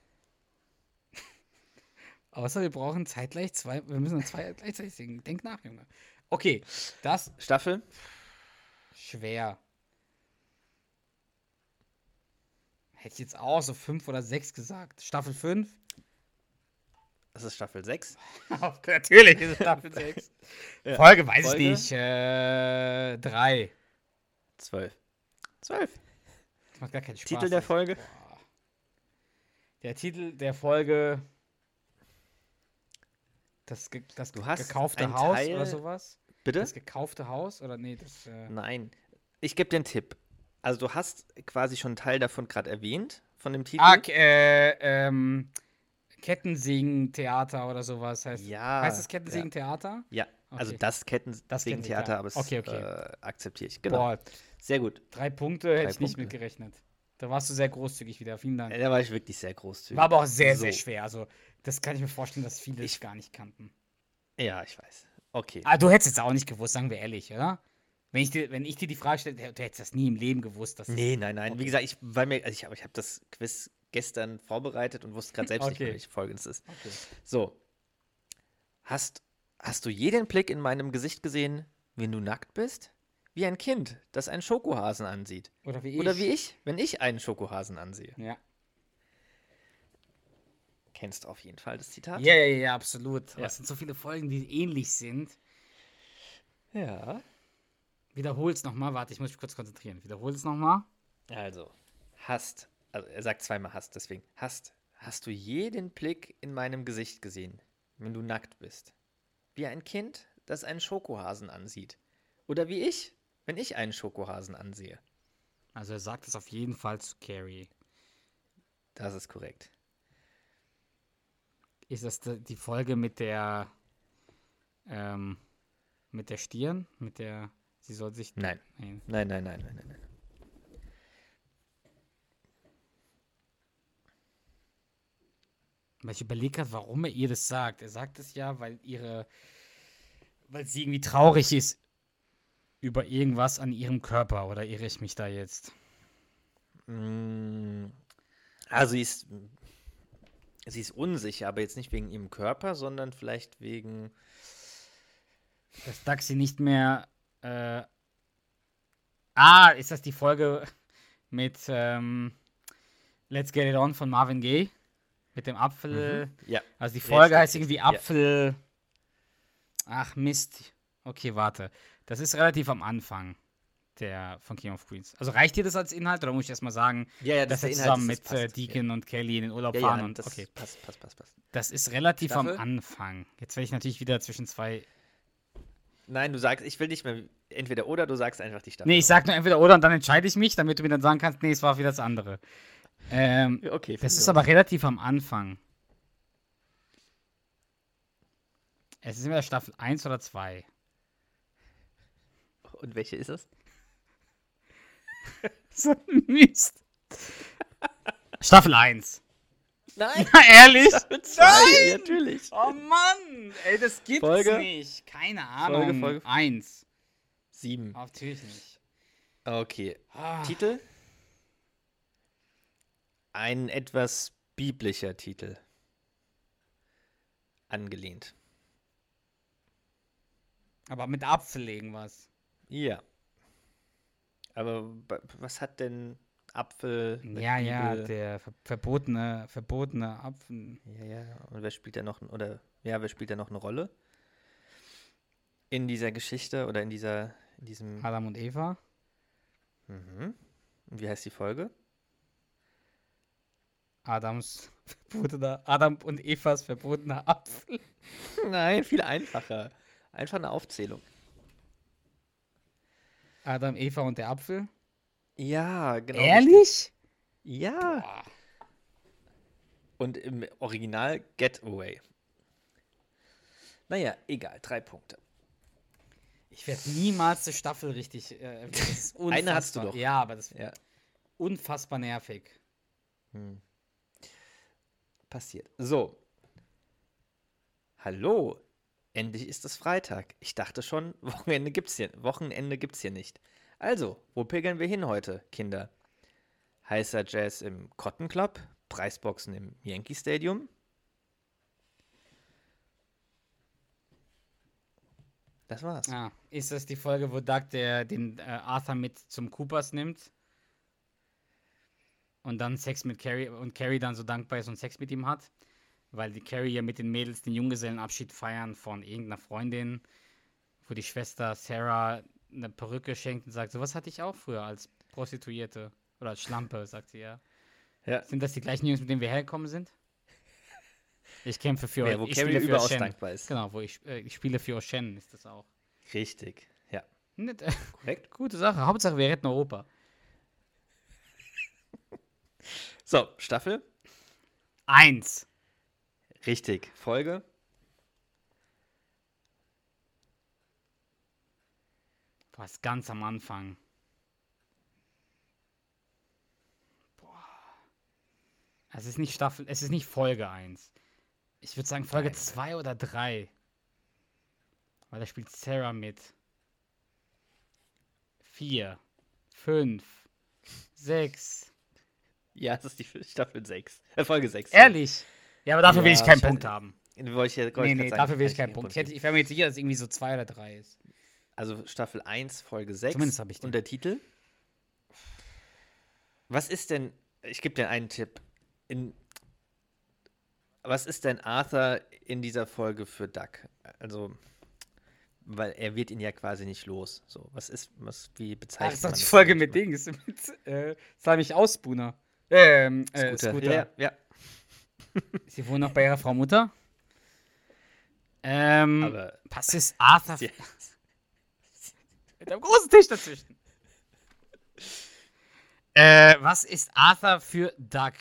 Außer wir brauchen zeitgleich zwei, wir müssen zwei gleichzeitig sägen. Denk nach, Junge. Okay, das Staffel? schwer. Hätte ich jetzt auch so fünf oder sechs gesagt. Staffel fünf? Das ist Staffel sechs. Natürlich ist es Staffel sechs. Ja. Folge weiß Folge? ich nicht. Äh, drei. zwölf. zwölf. Das macht gar keinen Spaß. Titel der das- Folge? Boah. Der Titel der Folge. Das, ge das Du hast gekaufte einen Haus Teil- oder sowas? Bitte? Das gekaufte Haus? Oder nee, das. Äh, Nein. Ich gebe dir einen Tipp. Also du hast quasi schon einen Teil davon gerade erwähnt, von dem Titel. ah, K- äh, ähm. Kettensägen-Theater oder sowas heißt. Ja, Heißt das Kettensägen-Theater? Ja, also Okay. das ketten Das wegen kenn ich, Theater, ja. aber es Okay, okay. Äh, akzeptiere ich. Genau. Boah, Sehr gut. drei Punkte hätte Drei ich nicht Punkte. mit gerechnet. Da warst du sehr großzügig wieder. Vielen Dank. Äh, Da war ich wirklich sehr großzügig. War aber auch sehr, sehr So. schwer. Also, das kann ich mir vorstellen, dass viele Ich- es gar nicht kannten. Ja, ich weiß. Okay. Ah, du hättest es auch nicht gewusst, sagen wir ehrlich, oder? Wenn ich dir, wenn ich dir die Frage stelle, du hättest das nie im Leben gewusst. Dass Nee, nein, nein. Okay. Wie gesagt, ich weil mir, also ich habe ich hab das Quiz gestern vorbereitet und wusste gerade selbst nicht mehr, Okay. welche Folge es ist. Okay. So. Hast, hast du jeden Blick in meinem Gesicht gesehen, wenn du nackt bist? Wie ein Kind, das einen Schokohasen ansieht. Oder wie ich. Oder wie ich, wenn ich einen Schokohasen ansehe. Ja. Kennst du auf jeden Fall das Zitat? Ja, ja, ja, absolut. Aber Ja. es sind so viele Folgen, die ähnlich sind. Ja. Wiederhol's nochmal. Warte, ich muss mich kurz konzentrieren. Wiederhol's nochmal. Also, hast, also er sagt zweimal hast, deswegen, hast, hast du jeden Blick in meinem Gesicht gesehen, wenn du nackt bist? Wie ein Kind, das einen Schokohasen ansieht. Oder wie ich, wenn ich einen Schokohasen ansehe. Also, er sagt es auf jeden Fall zu Carrie. Das ist korrekt. Ist das die die Folge mit der, ähm, mit der Stirn? Mit der, sie soll sich. Nein. Nein. Nein, nein, nein, nein, nein, nein. Weil ich überlege gerade, warum er ihr das sagt. Er sagt es ja, weil ihre, weil sie irgendwie traurig ist über irgendwas an ihrem Körper, oder irre ich mich da jetzt? Mm, Also sie ist, sie ist unsicher, aber jetzt nicht wegen ihrem Körper, sondern vielleicht wegen. Dass Doug sie nicht mehr. Äh, ah, ist das die Folge mit ähm, Let's Get It On von Marvin Gaye? Mit dem Apfel. Mhm. Ja. Also die Folge Richtig, heißt irgendwie richtig, ja. Apfel. Ach Mist. Okay, warte. Das ist relativ am Anfang der von King of Queens. Also reicht dir das als Inhalt oder muss ich erstmal sagen, Ja, ja, dass der er Inhalt zusammen ist- das mit äh, passt, Deacon und Kelly in den Urlaub Ja, fahren ja, und das okay. passt, passt, passt, passt. Das ist relativ Staffel? am Anfang. Jetzt werde ich natürlich wieder zwischen zwei. Nein, du sagst, ich will nicht mehr entweder oder, du sagst einfach die Staffel. Nee, ich sag nur entweder oder und dann entscheide ich mich, damit du mir dann sagen kannst, nee, es war wieder das andere. Ähm, Ja, okay. das von ist mir aber aus. relativ am Anfang. Es ist entweder Staffel eins oder zwei. Und welche ist es? So ein Mist. Staffel eins. Nein! Ehrlich? Staffel zwei, natürlich. Oh Mann! Ey, das gibt's Folge? nicht. Keine Ahnung. Folge, Folge. Eins. Sieben. Natürlich nicht. Okay. Ah. Titel? Ein etwas biblischer Titel. Angelehnt. Aber mit Apfel irgendwas. Ja. Aber b- was hat denn Apfel mit Ja, ja, Bibel? der ver verbotene, verbotene Apfel. Ja, ja. Und wer spielt da noch, oder, ja, wer spielt da noch eine Rolle? In dieser Geschichte oder in dieser, in diesem, Adam und Eva. mhm. Und wie heißt die Folge? Adams verbotener, Adam und Evas verbotener Apfel. Nein, viel einfacher. Einfach eine Aufzählung. Adam, Eva und der Apfel. Ja, genau. richtig. Ehrlich? Ja. Boah. Und im Original Getaway. Naja, egal, drei Punkte. Ich werde niemals eine Staffel richtig. Äh, das ist unfassbar. Eine hast du doch. Ja, aber das ist Ja. unfassbar nervig. Hm. Passiert. So. Hallo. Endlich ist es Freitag. Ich dachte schon, Wochenende gibt's hier, Wochenende gibt's hier nicht. Also, wo pilgern wir hin heute, Kinder? Heißer Jazz im Cotton Club? Preisboxen im Yankee Stadium? Das war's. Ah, ist das die Folge, wo Doug der, den äh, Arthur mit zum Coopers nimmt? Und dann Sex mit Carrie und Carrie dann so dankbar ist und Sex mit ihm hat? Weil die Carrie ja mit den Mädels den Junggesellenabschied feiern von irgendeiner Freundin, wo die Schwester Sarah eine Perücke schenkt und sagt, sowas hatte ich auch früher als Prostituierte. Oder als Schlampe, sagt sie ja. Ja. Sind das die gleichen Jungs, mit denen wir hergekommen sind? Ich kämpfe für Ja, wo ich Carrie spiele für überaus Shen. dankbar ist. Genau, wo ich, äh, ich spiele für Shen, ist das auch. Richtig. Ja. Nicht, äh, Korrekt. gute Sache. Hauptsache, wir retten Europa. So, Staffel. Eins. Richtig. Folge. Was ganz am Anfang. Boah. Es ist nicht Staffel, es ist nicht Folge eins. Ich würde sagen Folge Nein. zwei oder drei. Weil da spielt Sarah mit. Vier. Fünf. Sechs. Ja, das ist die Staffel sechs. Äh, Folge sechs. Ehrlich? Ja, aber dafür will Ja, ich keinen scheiße. Punkt haben. Wollte ich, ja- wollte Nee, ich grad nee, sagen, dafür will kann ich keinen den Punkt. Ich, geben. hätte, ich wäre mir jetzt sicher, dass es irgendwie so zwei oder drei ist. Also Staffel eins, Folge sechs. Zumindest hab ich den. Und der Titel? Was ist denn, ich gebe dir einen Tipp. In, was ist denn Arthur in dieser Folge für Doug? Also, weil er wird ihn ja quasi nicht los. So, was ist, was, wie Ach, bezeichnet das ist doch man die das Folge denn mit manchmal? Dings. Mit, äh, Salmich Ausspooner. Ähm, äh, Scooter. Scooter. Ja, ja. Sie wohnen noch bei ihrer Frau Mutter. Ähm, Aber was ist Arthur sie, mit einem großen Tisch dazwischen? Äh, was ist Arthur für Doug?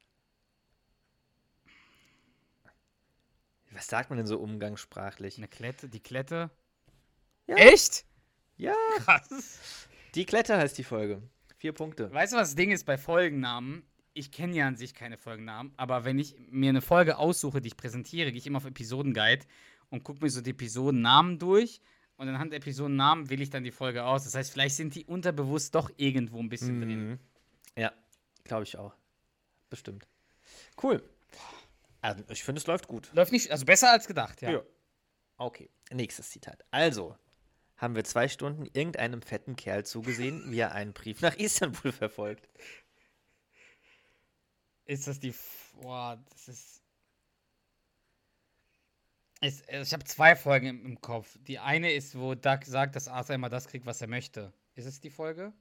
was sagt man denn so umgangssprachlich? Eine Klette, die Klette? Ja. Echt? Ja, Krass. die Klette heißt die Folge. Vier Punkte. Weißt du, was das Ding ist bei Folgennamen? Ich kenne ja an sich keine Folgennamen, aber wenn ich mir eine Folge aussuche, die ich präsentiere, gehe ich immer auf Episodenguide und gucke mir so die Episodennamen durch, und anhand der Episodennamen wähle ich dann die Folge aus. Das heißt, vielleicht sind die unterbewusst doch irgendwo ein bisschen drin. Mhm. Ja, glaube ich auch. Bestimmt. Cool. Also, ich finde, es läuft gut. Läuft nicht, also besser als gedacht, ja. Ja. Okay, nächstes Zitat. Also, haben wir zwei Stunden irgendeinem fetten Kerl zugesehen, wie er einen Brief nach Istanbul verfolgt. Ist das die. F- Boah, das ist. ist ich habe zwei Folgen im, im Kopf. Die eine ist, wo Doug sagt, dass Arthur immer das kriegt, was er möchte. Ist es die Folge?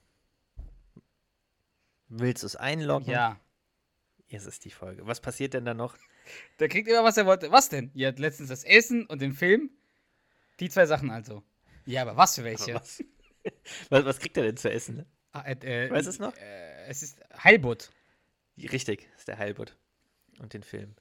Willst du es einloggen? Ja. Es ist die Folge. Was passiert denn da noch? Der kriegt immer, was er wollte. Was denn? Ihr hat letztens das Essen und den Film. Die zwei Sachen also. Ja, aber was für welche? Aber was? was? Was kriegt er denn zu essen? Ne? Ah, äh, äh, Weißt du es noch? Äh, es ist Heilbutt. Richtig, ist der Heilbutt. Und den Film.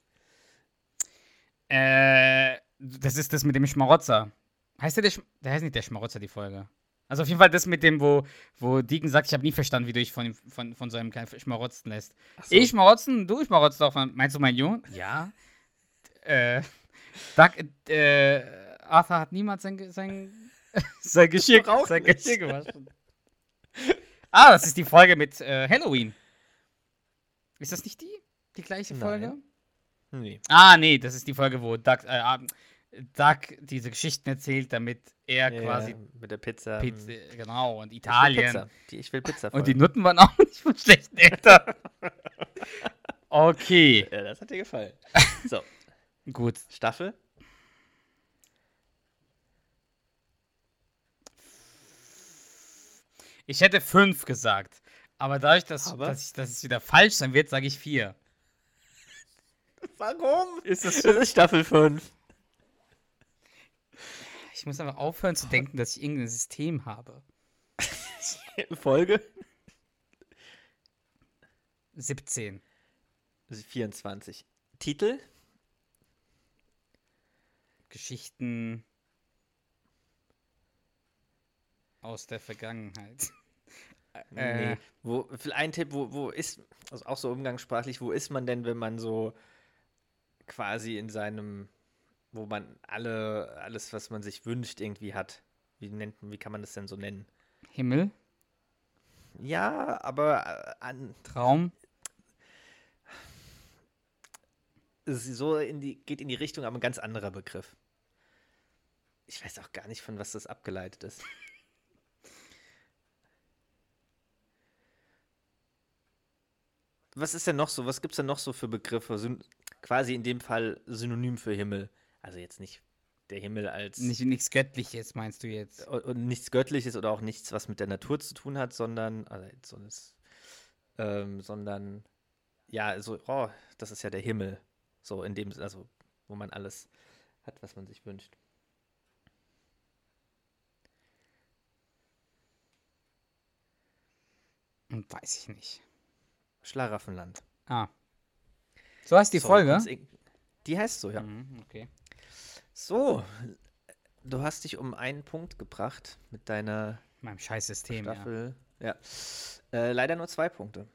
Äh, das ist das mit dem Schmarotzer. Heißt der, der, Sch der heißt nicht der Schmarotzer, die Folge. Also auf jeden Fall das mit dem, wo, wo Deacon sagt, ich habe nie verstanden, wie du dich von, von, von so einem kleinen schmarotzen lässt. Ach so. Ich schmarotzen, du schmarotzt doch. Meinst du mein Junge? Ja. äh, Doug, äh, Arthur hat niemals sein, sein, sein Geschirr, Auch sein nicht. Geschirr gewaschen. Ah, das ist die Folge mit äh, Halloween. Ist das nicht die? Die gleiche Nein. Folge? Nee. Ah, nee, das ist die Folge, wo Doug, äh, ah, Doug diese Geschichten erzählt, damit er Ja, quasi mit der Pizza. Pizza, hm. genau, und Ich will Italien. Pizza. Die, ich will Pizza. Und die folgen. Nutten waren auch nicht von schlechten Eltern. Okay, Ja, das hat dir gefallen. So, gut. Staffel. Ich hätte fünf gesagt. Aber dadurch, dass, Aber? dass, ich, dass es wieder falsch sein wird, sage ich vier. Warum? Ist das Das ist Staffel fünf. Ich muss aber aufhören zu denken, dass ich irgendein System habe. Folge siebzehn. vierundzwanzig. Titel? Geschichten aus der Vergangenheit. Nee. Äh, Wo, ein Tipp, wo, wo ist, also auch so umgangssprachlich, wo ist man denn, wenn man so quasi in seinem, wo man alle, alles, was man sich wünscht, irgendwie hat? Wie nennt, wie kann man das denn so nennen? Himmel, Ja, aber äh, an, Traum, es ist so in die, geht in die Richtung, aber ein ganz anderer Begriff. Ich weiß auch gar nicht, von was das abgeleitet ist. Was ist denn noch so? Was gibt es denn noch so für Begriffe? Syn quasi in dem Fall Synonym für Himmel. Also jetzt nicht der Himmel als nicht, nichts Göttliches, meinst du jetzt? und, und nichts Göttliches oder auch nichts, was mit der Natur zu tun hat, sondern also jetzt so das, ähm, sondern ja, so, oh, das ist ja der Himmel. So in dem, also wo man alles hat, was man sich wünscht. Hm, weiß ich nicht. Schlaraffenland. Ah. So heißt die So, Folge? kommt's irg- Die heißt so, ja. Mhm, okay. So, du hast dich um einen Punkt gebracht mit deiner Meinem Scheißsystem, ja. Staffel. Ja. Äh, leider nur zwei Punkte.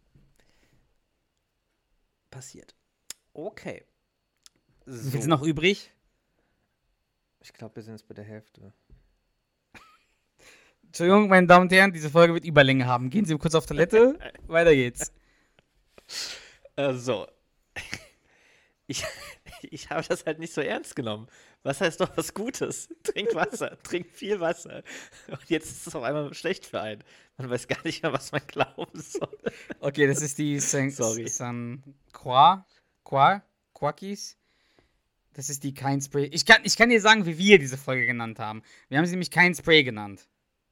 Passiert. Okay. Wie viel ist So. noch übrig? Ich glaube, wir sind jetzt bei der Hälfte. Entschuldigung, meine Damen und Herren, diese Folge wird Überlänge haben. Gehen Sie kurz auf Toilette. Weiter geht's. Äh, so. Ich, ich habe das halt nicht so ernst genommen. Wasser ist doch was Gutes. Trink Wasser. Trink viel Wasser. Und jetzt ist es auf einmal schlecht für einen. Man weiß gar nicht mehr, was man glauben soll. Okay, das ist die San, Sorry. San Croix, Croix, Quackies. Das ist die Kein Spray. Ich kann, ich kann dir sagen, wie wir diese Folge genannt haben. Wir haben sie nämlich Kein Spray genannt.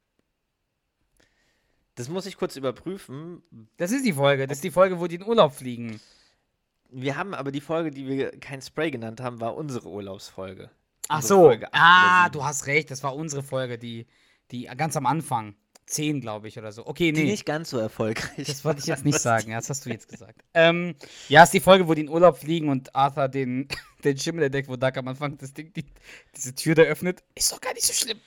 Das muss ich kurz überprüfen. Das ist die Folge. Das ist die Folge, wo die in Urlaub fliegen. Wir haben aber die Folge, die wir kein Spray genannt haben, war unsere Urlaubsfolge. Ach Unsere so. Folge acht Ah, oder du sieben. hast recht. Das war unsere Folge, die, die ganz am Anfang. Zehn, glaube ich, oder so. Okay, Die nee. nicht ganz so erfolgreich. Das wollte ich jetzt nicht Was sagen. Ja, das hast du jetzt gesagt. Ähm, ja, ist die Folge, wo die in Urlaub fliegen und Arthur den, den Schimmel entdeckt, wo Doug am Anfang das Ding, die, diese Tür da öffnet. Ist doch gar nicht so schlimm.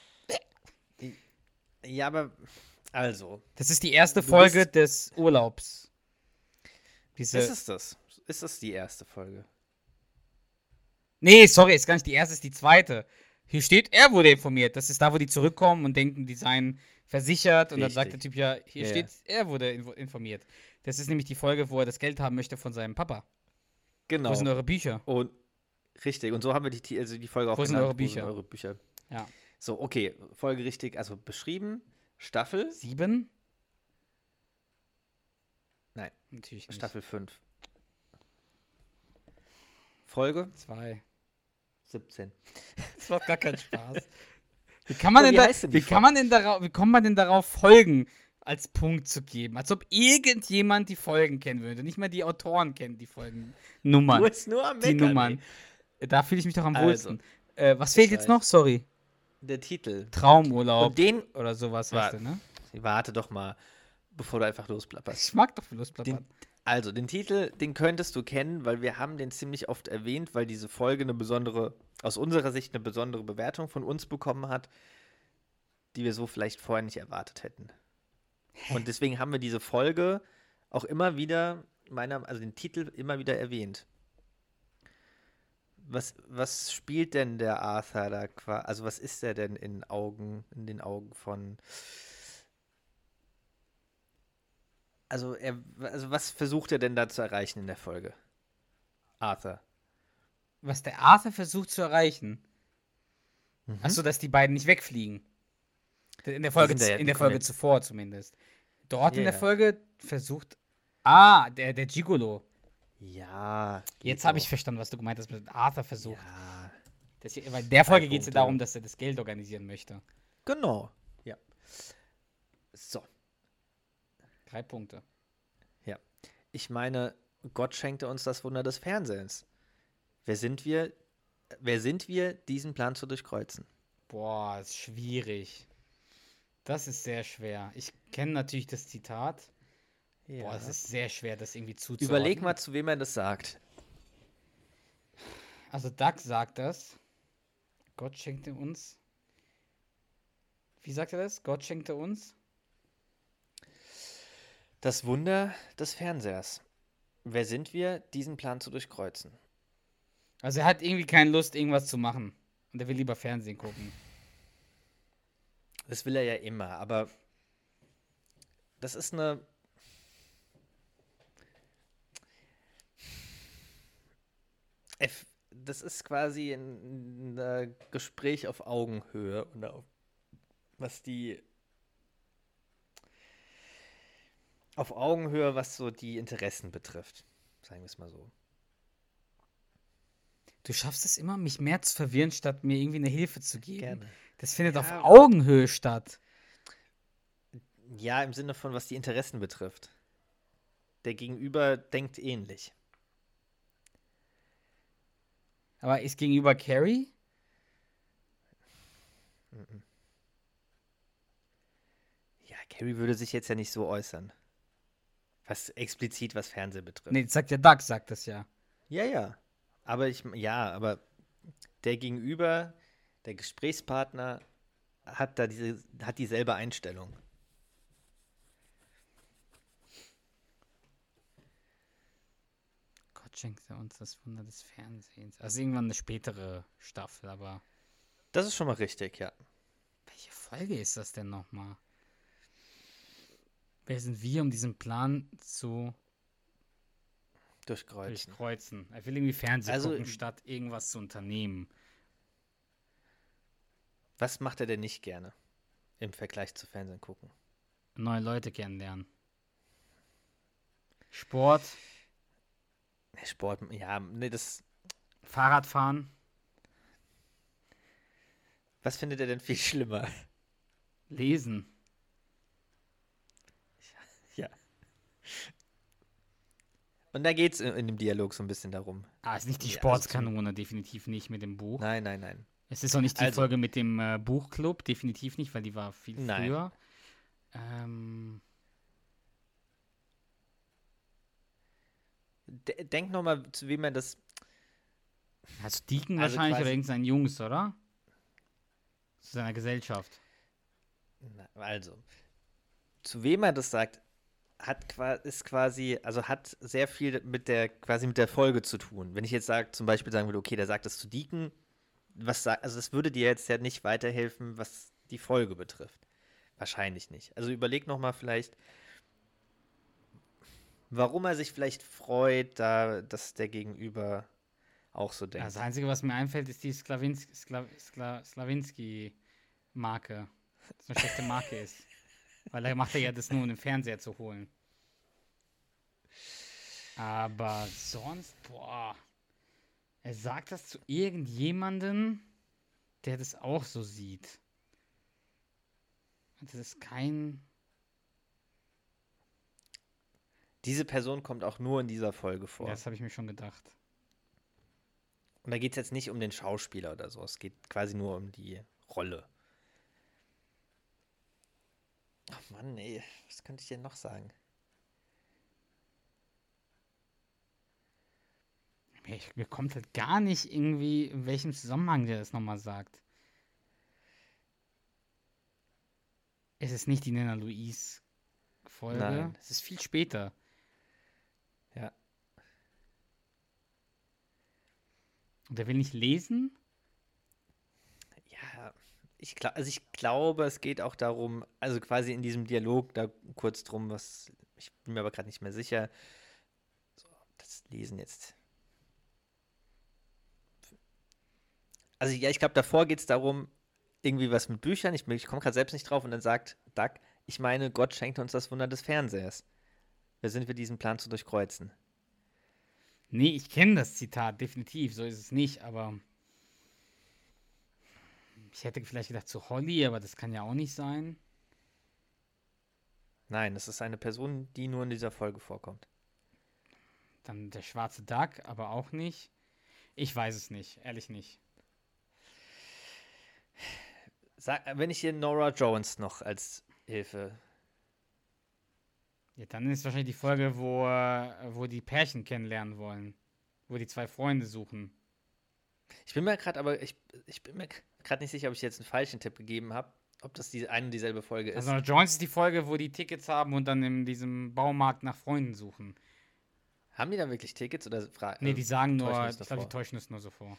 Ja, aber also, Das ist die erste Du Folge bist- des Urlaubs. Diese. ist es das? Ist es die erste Folge? Nee, sorry, ist gar nicht die erste, ist die zweite. hier steht, er wurde informiert. Das ist da, wo die zurückkommen und denken, die seien versichert. Und dann sagt der Richtig. Typ ja, hier Ja, steht, er wurde invo- informiert. Das ist nämlich die Folge, wo er das Geld haben möchte von seinem Papa. Genau. Wo sind eure Bücher? Und richtig, und so haben wir die, Ti- also die Folge auch Wo sind genannt. eure Bücher? eure Bücher? Ja. So, okay, Folge richtig, also beschrieben, Staffel, Sieben? Nein. Natürlich nicht. Staffel fünf. Folge Zwei. siebzehn. Das macht gar keinen Spaß. Wie kann man, Aber denn, wie da, heißt denn die wie kann man denn darauf, wie kommt man denn darauf, Folgen als Punkt zu geben? Als ob irgendjemand die Folgen kennen würde. Nicht mal die Autoren kennen die Folgennummern. Du bist nur am Die Meckern, Nummern. ey. Da fühle ich mich doch am Also, wohlsten. Äh, was fehlt ich jetzt weiß. noch? Sorry. Der Titel. Traumurlaub Und den, oder sowas Wa- heißt der, ne? warte doch mal, bevor du einfach losplapperst. Ich mag doch Lustplappern. Den, also, den Titel, den könntest du kennen, weil wir haben den ziemlich oft erwähnt, weil diese Folge eine besondere, aus unserer Sicht eine besondere Bewertung von uns bekommen hat, die wir so vielleicht vorher nicht erwartet hätten. Und deswegen haben wir diese Folge auch immer wieder, meiner, also den Titel immer wieder erwähnt. Was, was spielt denn der Arthur da quasi, also was ist er denn in Augen, in den Augen von, also er, also was versucht er denn da zu erreichen in der Folge? Arthur. Was der Arthur versucht zu erreichen. Mhm. Achso, dass die beiden nicht wegfliegen. In der Folge, sind da ja- in die der kommen Folge ja- zuvor zumindest. Dort in Ja, der ja. Folge versucht. Ah, der, der Gigolo. Ja. Jetzt geht habe so. ich verstanden, was du gemeint hast mit Arthur versucht. Ja. Das hier, weil in der Folge Drei geht es ja Punkte. darum, dass er das Geld organisieren möchte. Genau. Ja. So. Drei Punkte. Ja. Ich meine, Gott schenkte uns das Wunder des Fernsehens. Wer sind wir? Wer sind wir, diesen Plan zu durchkreuzen? Boah, ist schwierig. Das ist sehr schwer. Ich kenne natürlich das Zitat. Boah, es ist sehr schwer, das irgendwie zuzuordnen. Überleg mal, zu wem er das sagt. Also Doug sagt das. Gott schenkte uns. Wie sagt er das? Gott schenkte uns? Das Wunder des Fernsehers. Wer sind wir, diesen Plan zu durchkreuzen? Also er hat irgendwie keine Lust, irgendwas zu machen. Und er will lieber Fernsehen gucken. Das will er ja immer, aber das ist eine. F- Das ist quasi ein, ein Gespräch auf Augenhöhe und auf, was die auf Augenhöhe, was so die Interessen betrifft, sagen wir es mal so. Du schaffst es immer, mich mehr zu verwirren, statt mir irgendwie eine Hilfe zu geben. Gerne. Das findet Ja. auf Augenhöhe statt. Ja, im Sinne von, was die Interessen betrifft. Der Gegenüber denkt ähnlich. Aber ist gegenüber Carrie? Ja, Carrie würde sich jetzt ja nicht so äußern. Was explizit was Fernsehen betrifft. Nee, das sagt ja Doug, sagt das ja. Ja, ja. Aber ich, ja, aber der Gegenüber, der Gesprächspartner hat da diese, hat dieselbe Einstellung. Gott schenkte uns das Wunder des Fernsehens. Also irgendwann eine spätere Staffel, aber Das ist schon mal richtig, ja. welche Folge ist das denn nochmal? Wer sind wir, um diesen Plan zu Durchkreuzen. durchkreuzen? Er will irgendwie Fernsehen Also- gucken, statt irgendwas zu unternehmen. Was macht er denn nicht gerne im Vergleich zu Fernsehen gucken? Neue Leute kennenlernen. Sport, Sport, ja, nee, das. Fahrradfahren, Was findet er denn viel schlimmer? lesen. Ja. Und da geht es in, in dem Dialog so ein bisschen darum. Ah, ist nicht die Ja, Sportskanone, definitiv nicht mit dem Buch. Nein, nein, nein. Es ist auch nicht die Also- Folge mit dem äh, Buchclub, definitiv nicht, weil die war viel Nein. früher. Ähm, De denk nochmal, zu wem er das. also Deacon Also wahrscheinlich quasi- oder irgendein Jungs, oder? Zu seiner Gesellschaft. Na, Also, zu wem er das sagt, hat qua ist quasi, also hat sehr viel mit der, quasi mit der Folge zu tun. Wenn ich jetzt sage, zum Beispiel sagen würde, okay, der sagt das zu Deacon, was sa- also das würde dir jetzt ja nicht weiterhelfen, was die Folge betrifft. Wahrscheinlich nicht. Also überleg nochmal vielleicht, warum er sich vielleicht freut, da, dass der Gegenüber auch so denkt. Das Einzige, was mir einfällt, ist die Slawinski, Skla, Skla, Slawinski-Marke. Das eine schlechte Marke ist. Weil er macht ja das nur, um den Fernseher zu holen. Aber sonst, boah. Er sagt das zu irgendjemandem, der das auch so sieht. Das ist kein... Diese Person kommt auch nur in dieser Folge vor. Ja, das habe ich mir schon gedacht. Und da geht es jetzt nicht um den Schauspieler oder so. Es geht quasi nur um die Rolle. Ach Mann, ey. Was könnte ich dir noch sagen? Ich, mir kommt halt gar nicht irgendwie, in welchem Zusammenhang der das nochmal sagt. Es ist nicht die Nena Louise-Folge. Nein. Es ist viel später. Ja. Und der will nicht lesen? Ja, ich, gla- also ich glaube, es geht auch darum, also quasi in diesem Dialog da kurz drum, was, ich bin mir aber gerade nicht mehr sicher, so, das Lesen jetzt. Also ja, ich glaube, davor geht es darum, irgendwie was mit Büchern, ich, ich komme gerade selbst nicht drauf, und dann sagt Doug, ich meine, Gott schenkt uns das Wunder des Fernsehers. Wer sind wir, diesen Plan zu durchkreuzen? Nee, ich kenne das Zitat, definitiv. So ist es nicht, aber ich hätte vielleicht gedacht zu Holly, aber das kann ja auch nicht sein. Nein, das ist eine Person, die nur in dieser Folge vorkommt. Dann der schwarze Duck, aber auch nicht. Ich weiß es nicht, ehrlich nicht. Sag, wenn ich hier Nora Jones noch als Hilfe. Ja, dann ist wahrscheinlich die Folge, wo, äh, wo die Pärchen kennenlernen wollen. Wo die zwei Freunde suchen. Ich bin mir gerade, aber ich, ich bin mir gerade nicht sicher, ob ich jetzt einen falschen Tipp gegeben habe, ob das die eine und dieselbe Folge ist. Also Jones ist die Folge, wo die Tickets haben und dann in diesem Baumarkt nach Freunden suchen. Haben die da wirklich Tickets oder fra- Nee, äh, die sagen nur, täuschen uns ich das glaube, die vor? täuschen es nur so vor.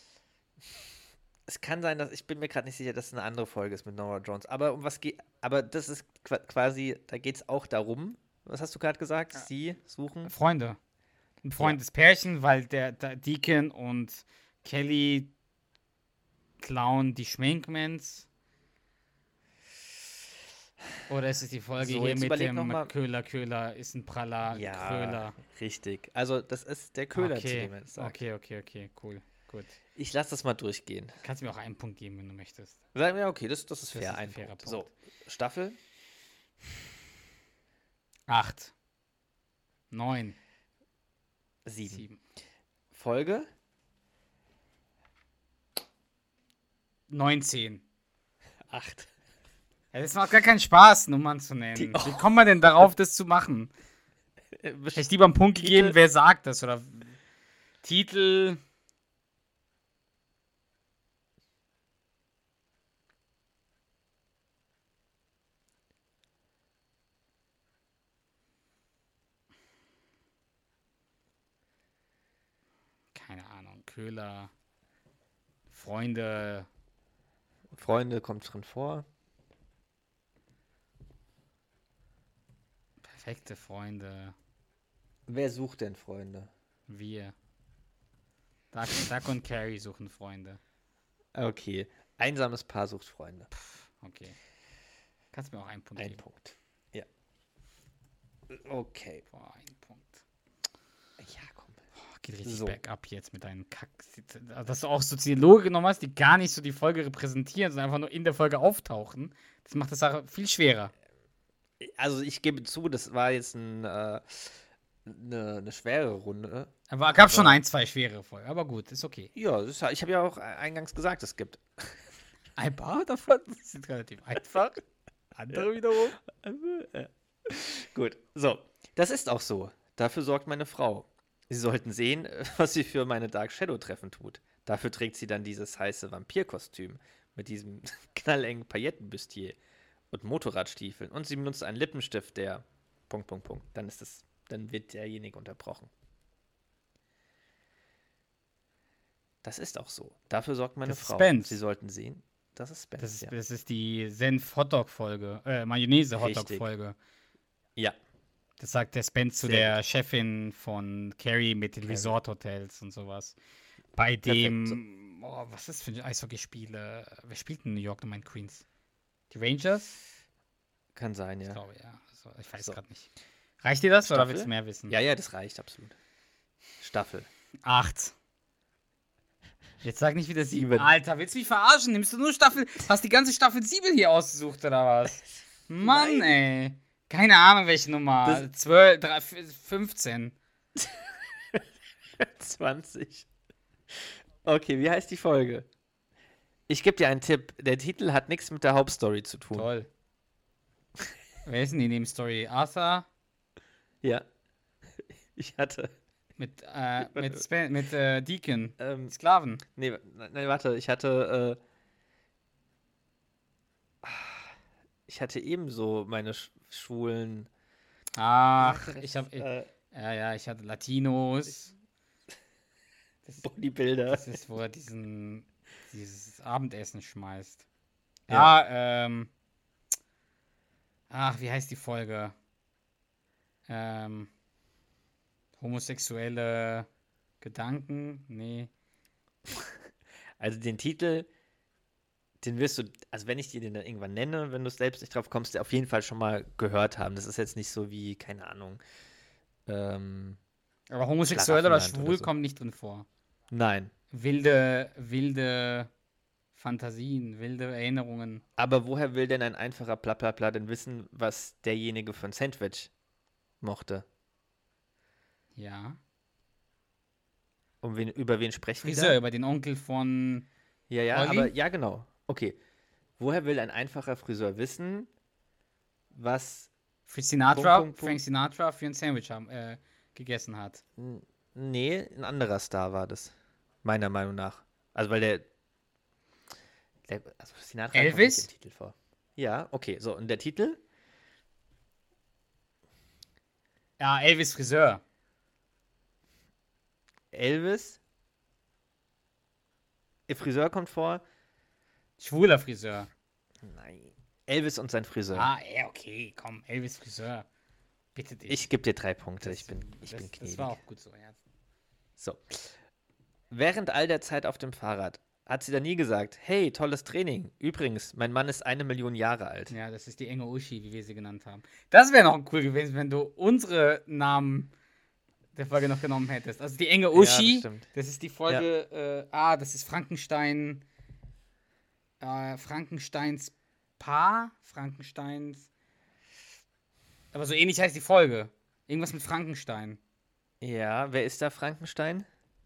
Es kann sein, dass ich bin mir gerade nicht sicher, dass es eine andere Folge ist mit Nora Jones. Aber um was geht? Aber das ist qua- quasi, da geht es auch darum. Was hast du gerade gesagt? Sie suchen. Freunde. Ein Freund des Pärchen, weil der, der Deacon und Kelly klauen die Schminkmans. Oder ist es die Folge So, hier jetzt mit überleg dem noch mal. Köhler, Köhler, ist ein praller Ja, Köhler. richtig. Also das ist der Köhler, zu Okay, dem er jetzt sagt. okay, okay, okay, cool, gut. Ich lasse das mal durchgehen. Kannst mir auch einen Punkt geben, wenn du möchtest. Sagen wir, okay, das, das ist Das fair. ist ein ein fairer Punkt. So, Punkt. Staffel Acht. Neun. sieben. Sieben. Folge Neunzehn. acht. Ja, das macht gar keinen Spaß, Nummern zu nennen. Die- Wie kommt man denn darauf, das zu machen? Hätte ich lieber einen Punkt gegeben, Titel- wer sagt das? Oder Titel. Keine Ahnung. Köhler. Freunde. Freunde kommt drin vor. Perfekte Freunde. Wer sucht denn Freunde? Wir. Duck, Duck und Carrie suchen Freunde. Okay. Einsames Paar sucht Freunde. Okay. Kannst mir auch einen Punkt Ein geben. Punkt. Ja. Okay. Boah, ein Punkt. Ja, komm. Boah, geht richtig So. bergab jetzt mit deinen Kack. Dass du auch so Dialoge genommen hast, die gar nicht so die Folge repräsentieren, sondern einfach nur in der Folge auftauchen. Das macht das Sache viel schwerer. Also ich gebe zu, das war jetzt ein, äh, eine, eine schwere Runde. Aber gab schon Aber- ein, zwei schwere Folgen. Aber gut, ist okay. Ja, das ist, ja- ich habe ja auch eingangs gesagt, es gibt. Ein paar davon sind relativ einfach. Andere wiederum. Gut, so. Das ist auch so. Dafür sorgt meine Frau. Sie sollten sehen, was sie für meine Dark Shadow-Treffen tut. Dafür trägt sie dann dieses heiße Vampirkostüm mit diesem knallengen Paillettenbustier und Motorradstiefeln. Und sie benutzt einen Lippenstift, der Punkt, Punkt, Punkt. Dann ist es, dann wird derjenige unterbrochen. Das ist auch so. Dafür sorgt meine Das ist Frau. Spence. Sie sollten sehen. Das ist Spence. Das ist, ja. das ist die Senf-Hotdog-Folge, äh, Mayonnaise-Hotdog-Folge. ja. Das sagt der Spence zu Sehr der Chefin von Carrie mit den Carrie. Resort-Hotels und sowas. Bei Perfekt, dem, oh, was ist das für ein Eishockeyspiel? Äh, Wer spielt in New York nochmal in Queens? Die Rangers? Kann sein, Ich ja. glaube, ja. Also, ich weiß So. gerade nicht. Reicht dir das oder Staffel? willst du mehr wissen? Ja, ja, das reicht absolut. Staffel. Acht. Jetzt sag nicht wieder sieben. Sieben. Alter, willst du mich verarschen? Nimmst du nur Staffel, hast die ganze Staffel sieben hier ausgesucht oder was? Mann, ey. Keine Ahnung, welche Nummer. Das- zwölf, drei, fünfzehn. zwanzig. Okay, wie heißt die Folge? Ich gebe dir einen Tipp. Der Titel hat nichts mit der Hauptstory zu tun. Toll. Wer ist denn die Nebenstory? Arthur Ja. Ich hatte. mit, äh, mit, Spen mit äh, Deacon. Ähm, Sklaven. nee, nein, warte. Ich hatte. Äh, ich hatte ebenso meine sch schwulen. Ach, das, ich hab. Äh, Ja, ja, ich hatte Latinos. Das, Bodybuilder. das ist, wo er diesen, dieses Abendessen schmeißt. Ja. Ja, ähm. Ach, wie heißt die Folge? Ähm. Homosexuelle Gedanken? Nee. Also den Titel, den wirst du, also wenn ich dir den dann irgendwann nenne, wenn du es selbst nicht drauf kommst, auf jeden Fall schon mal gehört haben. Das ist jetzt nicht so wie, keine Ahnung. Ähm, Aber homosexuell oder Schlaraffenland oder schwul so. kommt nicht drin vor. nein. Wilde, wilde Fantasien, wilde Erinnerungen. Aber woher will denn ein einfacher Blablabla denn wissen, was derjenige für ein Sandwich mochte? Ja. Um wen, über wen sprechen wir Friseur, da? über den Onkel von. Ja, ja, Olli? aber ja, genau. Okay. Woher will ein einfacher Friseur wissen, was. Frank Sinatra, Punkt, Punkt, Punkt. Frank Sinatra für ein Sandwich haben, äh, gegessen hat. N- Nee, ein anderer Star war das. Meiner Meinung nach. Also, weil der. der also Sinatra kommt Elvis? nicht im Titel vor. Ja, okay. So, und der Titel? Ja, Elvis Friseur. Elvis. Ihr Friseur kommt vor. Schwuler Friseur. Nein. Elvis und sein Friseur. Ah, ja, okay, komm, Elvis Friseur. Bitte dich. Ich gebe dir drei Punkte. Das- Ich bin, ich das, bin Das gnädig. war auch gut so, ja. So. Während all der Zeit auf dem Fahrrad hat sie da nie gesagt, hey, tolles Training. Übrigens, mein Mann ist eine Million Jahre alt. Ja, das ist die enge Uschi, wie wir sie genannt haben. Das wäre noch cool gewesen, wenn du unsere Namen der Folge noch genommen hättest. Also die enge das Uschi, stimmt. das ist die Folge, äh, ah, das ist Frankenstein, äh, Frankensteins Paar, Frankensteins, aber so ähnlich heißt die Folge. Irgendwas mit Frankenstein. Ja, wer ist da Frankenstein?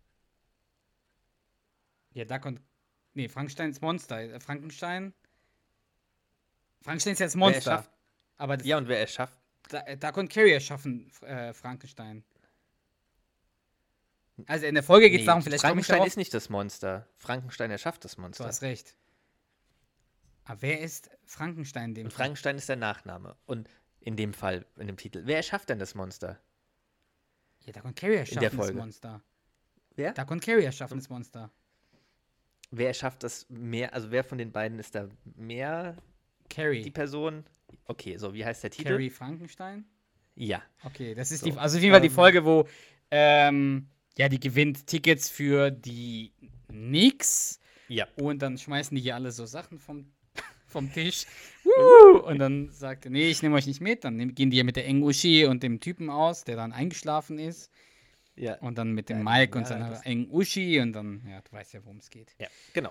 Ja, da kommt, nee, Frankensteins Monster. Äh, Frankenstein, Frankenstein ist ja das Monster. erschafft- Aber das, Ja, und wer erschafft? da, da konnte Carrie erschaffen, äh, Frankenstein. Also in der Folge geht es Nee, darum, vielleicht komme ich Frankenstein darauf. ist nicht das Monster. Frankenstein erschafft das Du Monster. hast recht. Aber wer ist Frankenstein in dem Und Fall? Frankenstein ist der Nachname. Und in dem Fall, in dem Titel. Wer erschafft denn das Monster? Ja, da konnte Carrie erschaffen, der das Folge. Monster. Wer? Da konnte Carrie erschaffen, das Monster. Wer erschafft das mehr? Also wer von den beiden ist da mehr die Carrie. Person? Okay, so, wie heißt der Titel? Carrie Frankenstein? Ja. Okay, das ist So, die, also auf jeden Fall die ähm, Folge, wo, ähm, ja, die gewinnt Tickets für die Knicks. Ja. Und dann schmeißen die hier alle so Sachen vom, vom Tisch. Woo! Und dann sagt er, nee, ich nehme euch nicht mit. Dann nehm, gehen die ja mit der engen Uschi und dem Typen aus, der dann eingeschlafen ist. Ja. Und dann mit dem Ja, Mike und ja, seiner das- engen Uschi. Und dann, ja, du weißt ja, worum es geht. Ja, genau.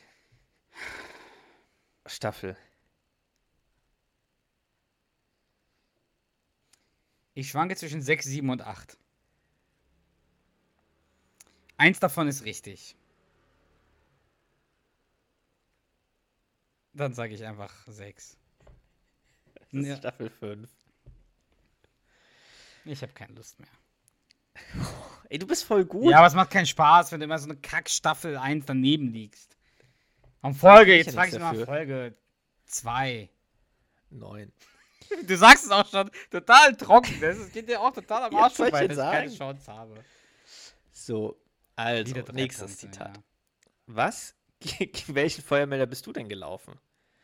Staffel. Ich schwanke zwischen sechs, sieben und acht. Eins davon ist richtig. Dann sage ich einfach sechs. Das ist Ja. Staffel fünf. Ich habe keine Lust mehr. Ey, du bist voll gut. Ja, aber es macht keinen Spaß, wenn du immer so eine Kack-Staffel eins daneben liegst. Und Folge, ich jetzt ja frage ich nichts mal dafür. Folge zwei. Neun. Du sagst es auch schon total trocken. Das geht dir auch total am Ja, Arsch soll ich vorbei, jetzt dass ich keine sagen? Chance habe. So, also, Wieder drei nächstes Punkte, Zitat. ja. Was? Gegen welchen Feuermelder bist du denn gelaufen?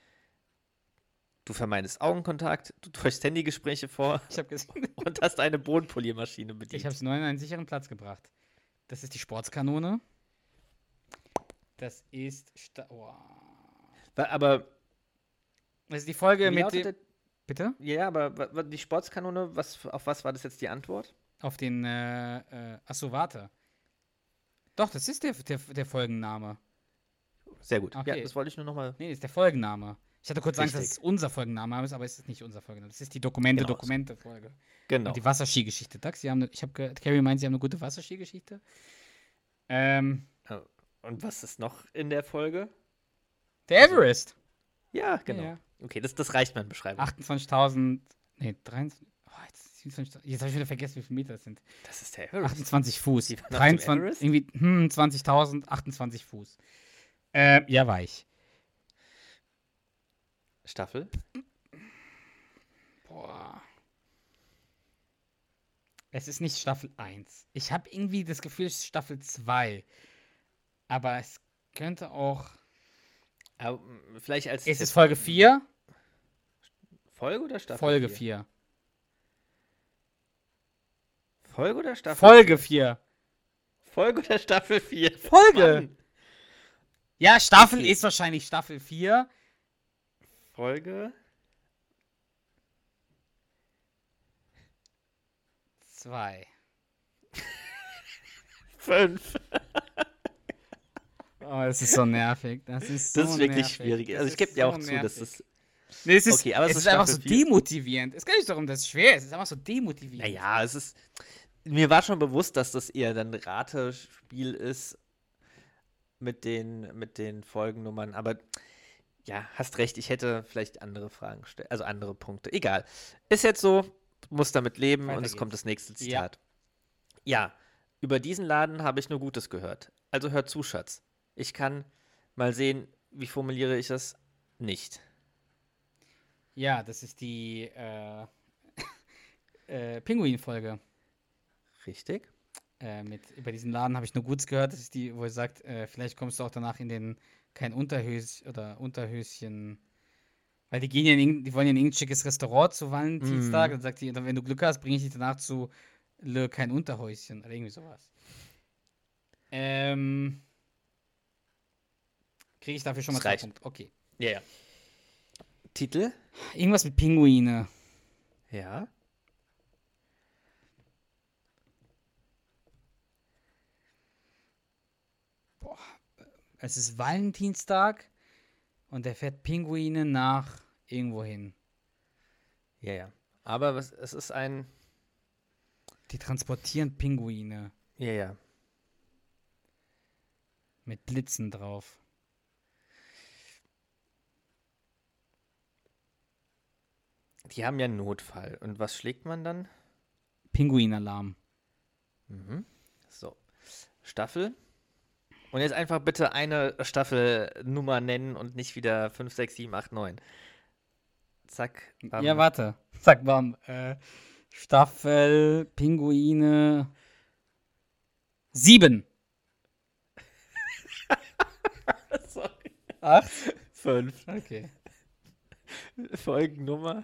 Du vermeidest Augenkontakt, du täuschst Handygespräche vor Ich habe und hast eine Bodenpoliermaschine ich bedient. habe es nur in einen sicheren Platz gebracht. Das ist die Sportskanone. Das ist. Sta oh. Wa- Aber, Das ist die Folge wie mit lautet dem. Bitte? der, ja, aber wa- wa- die Sportskanone, was, auf was war das jetzt die Antwort? Auf den. Äh, äh, achso, warte. Doch, das ist der, der, der Folgenname. Sehr gut. Okay. Ja, das wollte ich nur nochmal. Nee, das ist der Folgenname. Ich hatte kurz Angst, dass Richtig. es unser Folgenname ist, aber es ist nicht unser Folgenname. Das ist die Dokumente, Genau. Dokumente-Folge. Genau. Und die Wasserskigeschichte. Dax, sie haben ne, ich habe gehört, Carrie meint, sie haben eine gute Wasserskigeschichte. Ähm, Und was ist noch in der Folge? der Everest. Ja, genau. Ja, ja. Okay, das, das reicht mir in Beschreibung. achtundzwanzigtausend. Nee, dreiundzwanzig. Oh, jetzt siebenundzwanzig, jetzt habe ich wieder vergessen, wie viele Meter das sind. Das ist der Everest. achtundzwanzig Fuß. Die waren auf dem dreiundzwanzig, Everest? irgendwie hm, zwanzigtausend, achtundzwanzig Fuß. Äh, ja, war ich. Staffel. Boah. Es ist nicht Staffel eins. Ich habe irgendwie das Gefühl, es ist Staffel zwei. Aber es könnte auch. Aber, mm, vielleicht als Es Tipp. ist Folge vier. Folge oder Staffel? Folge vier? vier. Folge oder Staffel? Folge vier. Folge oder Staffel vier? Folge. Mann. Ja, Staffel Okay. ist wahrscheinlich Staffel vier. Folge. zwei. fünf. Oh, das ist so nervig. Das ist so Das ist wirklich nervig. schwierig. Das Also ich ist gebe dir so auch zu, dass nervig. das. Nee, es ist, Okay, aber es es ist ist einfach so Staffel vier. demotivierend. Es geht nicht darum, dass es schwer ist. Es ist einfach so demotivierend. Naja, es ist. Mir war schon bewusst, dass das eher dann ein Ratespiel ist mit den, mit den Folgennummern, aber ja, hast recht, ich hätte vielleicht andere Fragen gestellt, also andere Punkte. Egal. Ist jetzt so, muss damit leben Weiter und es geht's. kommt das nächste Zitat. Ja, über diesen Laden habe ich nur Gutes gehört. Also hör zu, Schatz. Ich kann mal sehen, wie formuliere ich das? Nicht. Ja, das ist die äh, äh, Pinguin-Folge. Richtig? Äh, mit, über diesen Laden habe ich nur Gutes gehört. Das ist die, wo er sagt, äh, vielleicht kommst du auch danach in den kein Unterhöschen oder Unterhöschen. Weil die gehen ja in, irgend- die wollen ja in irgendein schickes Restaurant zu Valentinstag. Mhm. Dann sagt die, wenn du Glück hast, bringe ich dich danach zu Le kein Unterhäuschen oder irgendwie sowas. Ähm. Kriege ich dafür schon mal Das zwei reicht. Punkte. Okay. Ja, ja. Titel? Irgendwas mit Pinguine. Ja. Es ist Valentinstag und er fährt Pinguine nach irgendwo hin. Ja, ja. Aber was, es ist ein. Die transportieren Pinguine Ja, ja. mit Blitzen drauf. Die haben ja einen Notfall. Und was schlägt man dann? Pinguinalarm. Mhm. So. Staffel. Und jetzt einfach bitte eine Staffelnummer nennen und nicht wieder fünf, sechs, sieben, acht, neun. Zack. bam. Ja, warte. Sag bam. Äh, Staffel, Pinguine. Sieben. Sorry. Acht? Fünf. Okay. Folgennummer.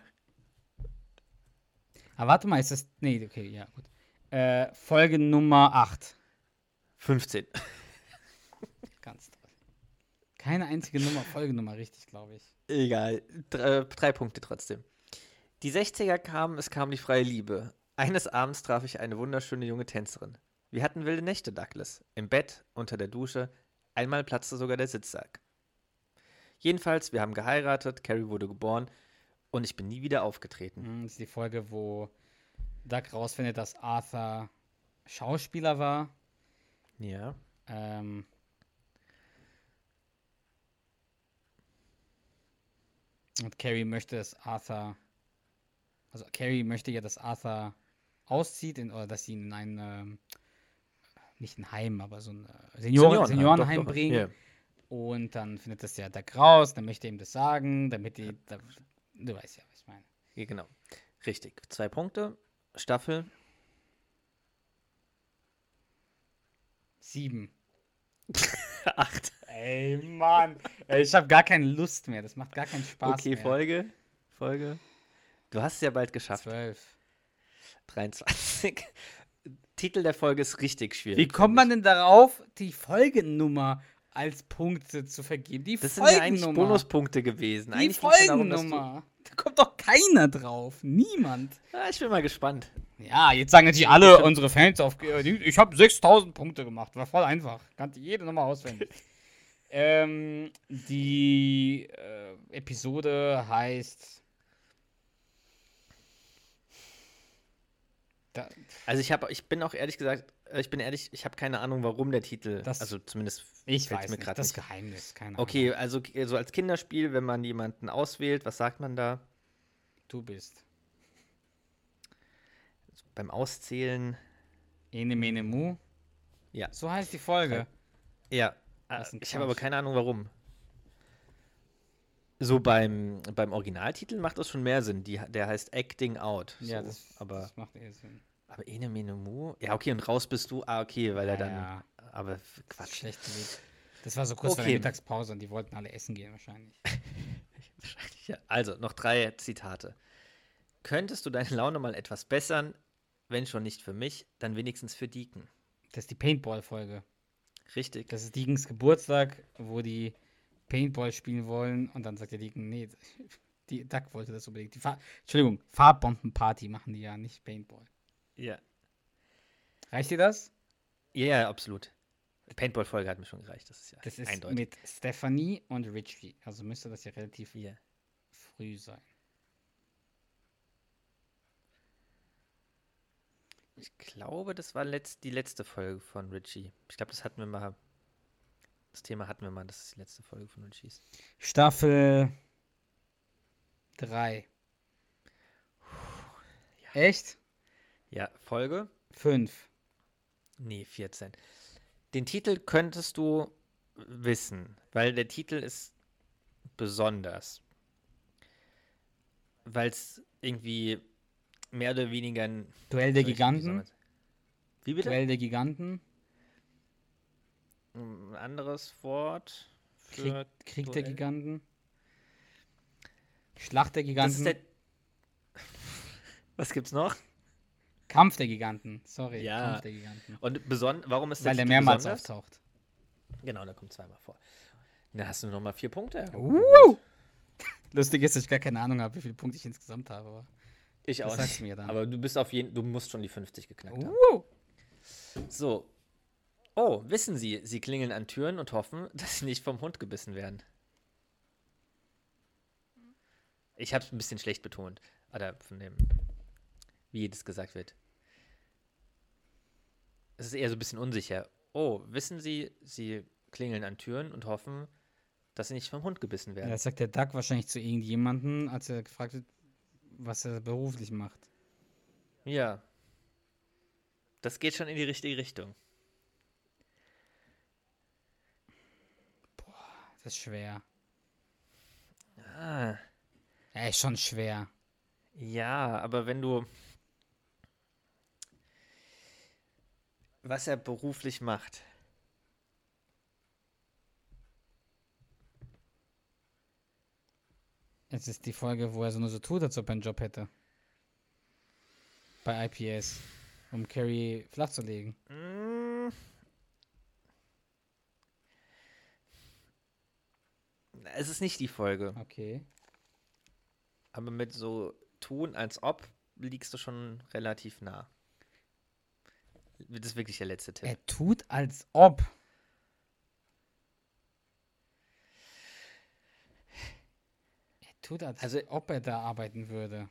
Aber warte mal, ist das. Nee, okay, ja, gut. Äh, Folge Nummer acht. fünfzehn. Ganz toll. Keine einzige Nummer, Folgenummer richtig, glaube ich. Egal. Drei, drei Punkte trotzdem. Die sechziger kamen, es kam die freie Liebe. Eines Abends traf ich eine wunderschöne junge Tänzerin. Wir hatten wilde Nächte, Douglas. Im Bett, unter der Dusche. Einmal platzte sogar der Sitzsack. Jedenfalls, wir haben geheiratet, Carrie wurde geboren und ich bin nie wieder aufgetreten. Hm, Das ist die Folge, wo Doug rausfindet, dass Arthur Schauspieler war. Ja. Ähm, und Carrie möchte, dass Arthur. Also Carrie möchte ja, dass Arthur auszieht in, oder dass sie ihn in ein, ähm, nicht ein Heim, aber so ein äh, Senioren, Seniorenheim doch, doch. bringen. Ja. Und dann findet das ja Doug raus, dann möchte er ihm das sagen, damit die. Da, du weißt ja, was ich meine. Ja, genau. Richtig. Zwei Punkte. Staffel. Sieben. Acht. Ey, Mann. Ey, ich habe gar keine Lust mehr. Das macht gar keinen Spaß Okay, mehr. Folge. Folge. Du hast es ja bald geschafft. zwölf. dreiundzwanzig. Titel der Folge ist richtig schwierig. Wie kommt man denn darauf, die Folgennummer als Punkte zu vergeben? Die Das sind ja eigentlich Folgennummer. Bonuspunkte gewesen. Die Eigentlich ging's ja darum, dass du- Folgennummer. Da kommt doch keiner drauf. Niemand. Ah, ich bin mal gespannt. Ja, jetzt sagen natürlich alle unsere Fans auf. Ich habe sechstausend Punkte gemacht. War voll einfach. Kannte jede Nummer auswendig. ähm, die äh, Episode heißt. Da, Also ich habe, ich bin auch ehrlich gesagt, äh, ich bin ehrlich, ich habe keine Ahnung, warum der Titel, Das- also zumindest ich fällt's weiß mir nicht. grad Das nicht. Geheimnis. Keine Okay, Ahnung. also k- so als Kinderspiel, wenn man jemanden auswählt, was sagt man da? Du bist. Beim Auszählen, Ene Mene Mu. ja. So heißt die Folge. Ja, Das ist äh, ein ich habe aber Quatsch. keine Ahnung, warum. So beim, beim Originaltitel macht das schon mehr Sinn. Die, der heißt Acting Out. Ja, so, das, aber, das macht eher Sinn. aber Ene Mene Mu? Ja, okay, und raus bist du. Ah, okay, weil er dann. Ja. Aber f- Quatsch. Schlecht gewählt. Das war so kurz vor Okay. der Mittagspause und die wollten alle essen gehen wahrscheinlich. Wahrscheinlich, ja. Also, noch drei Zitate. Könntest du deine Laune mal etwas bessern, wenn schon nicht für mich, dann wenigstens für Deacon. Das ist die Paintball-Folge. Richtig. Das ist Deacons Geburtstag, wo die Paintball spielen wollen und dann sagt der Deacon, nee, die Duck wollte das unbedingt. Die Fa Entschuldigung, Farbbombenparty machen die ja, nicht Paintball. Ja. Reicht dir das? Ja, ja, absolut. Die Paintball-Folge hat mir schon gereicht, das ist ja Das ist eindeutig. mit Stephanie und Richie. Also müsste das ja relativ Ja. früh sein. Ich glaube, das war letzt, die letzte Folge von Richie. Ich glaube, das hatten wir mal. Das Thema hatten wir mal, dass es die letzte Folge von Richie ist. Staffel drei. Echt? Ja, Folge? fünf. Nee, vierzehn. Den Titel könntest du wissen, weil der Titel ist besonders. Weil es irgendwie mehr oder weniger ein. Duell der soll ich- wie soll Giganten. man's- Wie bitte? Duell der Giganten. Ein anderes Wort für Krieg, Krieg der Duell? Giganten. Schlacht der Das Giganten. ist der. Was gibt's noch? Kampf der Giganten. Sorry. Ja. Kampf der Giganten. Und beson warum ist Weil der der Titel mehrmals besonders? auftaucht. Genau, der kommt zweimal vor. Da hast du nochmal vier Punkte. Uh! Lustig ist, dass ich gar keine Ahnung habe, wie viele Punkte ich insgesamt habe. Aber Ich das auch sagst nicht. du mir dann. Aber du bist auf jeden, du musst schon die fünfzig geknackt haben. uh! So. Oh, wissen Sie, Sie klingeln an Türen und hoffen, dass Sie nicht vom Hund gebissen werden. Ich habe es ein bisschen schlecht betont. Oder von dem, wie das gesagt wird. Es ist eher so ein bisschen unsicher. Oh, wissen Sie, Sie klingeln an Türen und hoffen, dass Sie nicht vom Hund gebissen Ja, werden. das sagt der Duck wahrscheinlich zu irgendjemandem, als er gefragt wird, was er beruflich macht. Ja. Das geht schon in die richtige Richtung. Das ist schwer. Ah. Ja, ist schon schwer. Ja, aber wenn du. Was er beruflich macht. Es ist die Folge, wo er so nur so tut, als ob er einen Job hätte. Bei I P S. Um Carrie flach zu legen. Mm. Es ist nicht die Folge. Okay. Aber mit so tun, als ob, liegst du schon relativ nah. Das ist wirklich der letzte Tipp. Er tut, als ob. Er tut, als Also- ob er da arbeiten würde.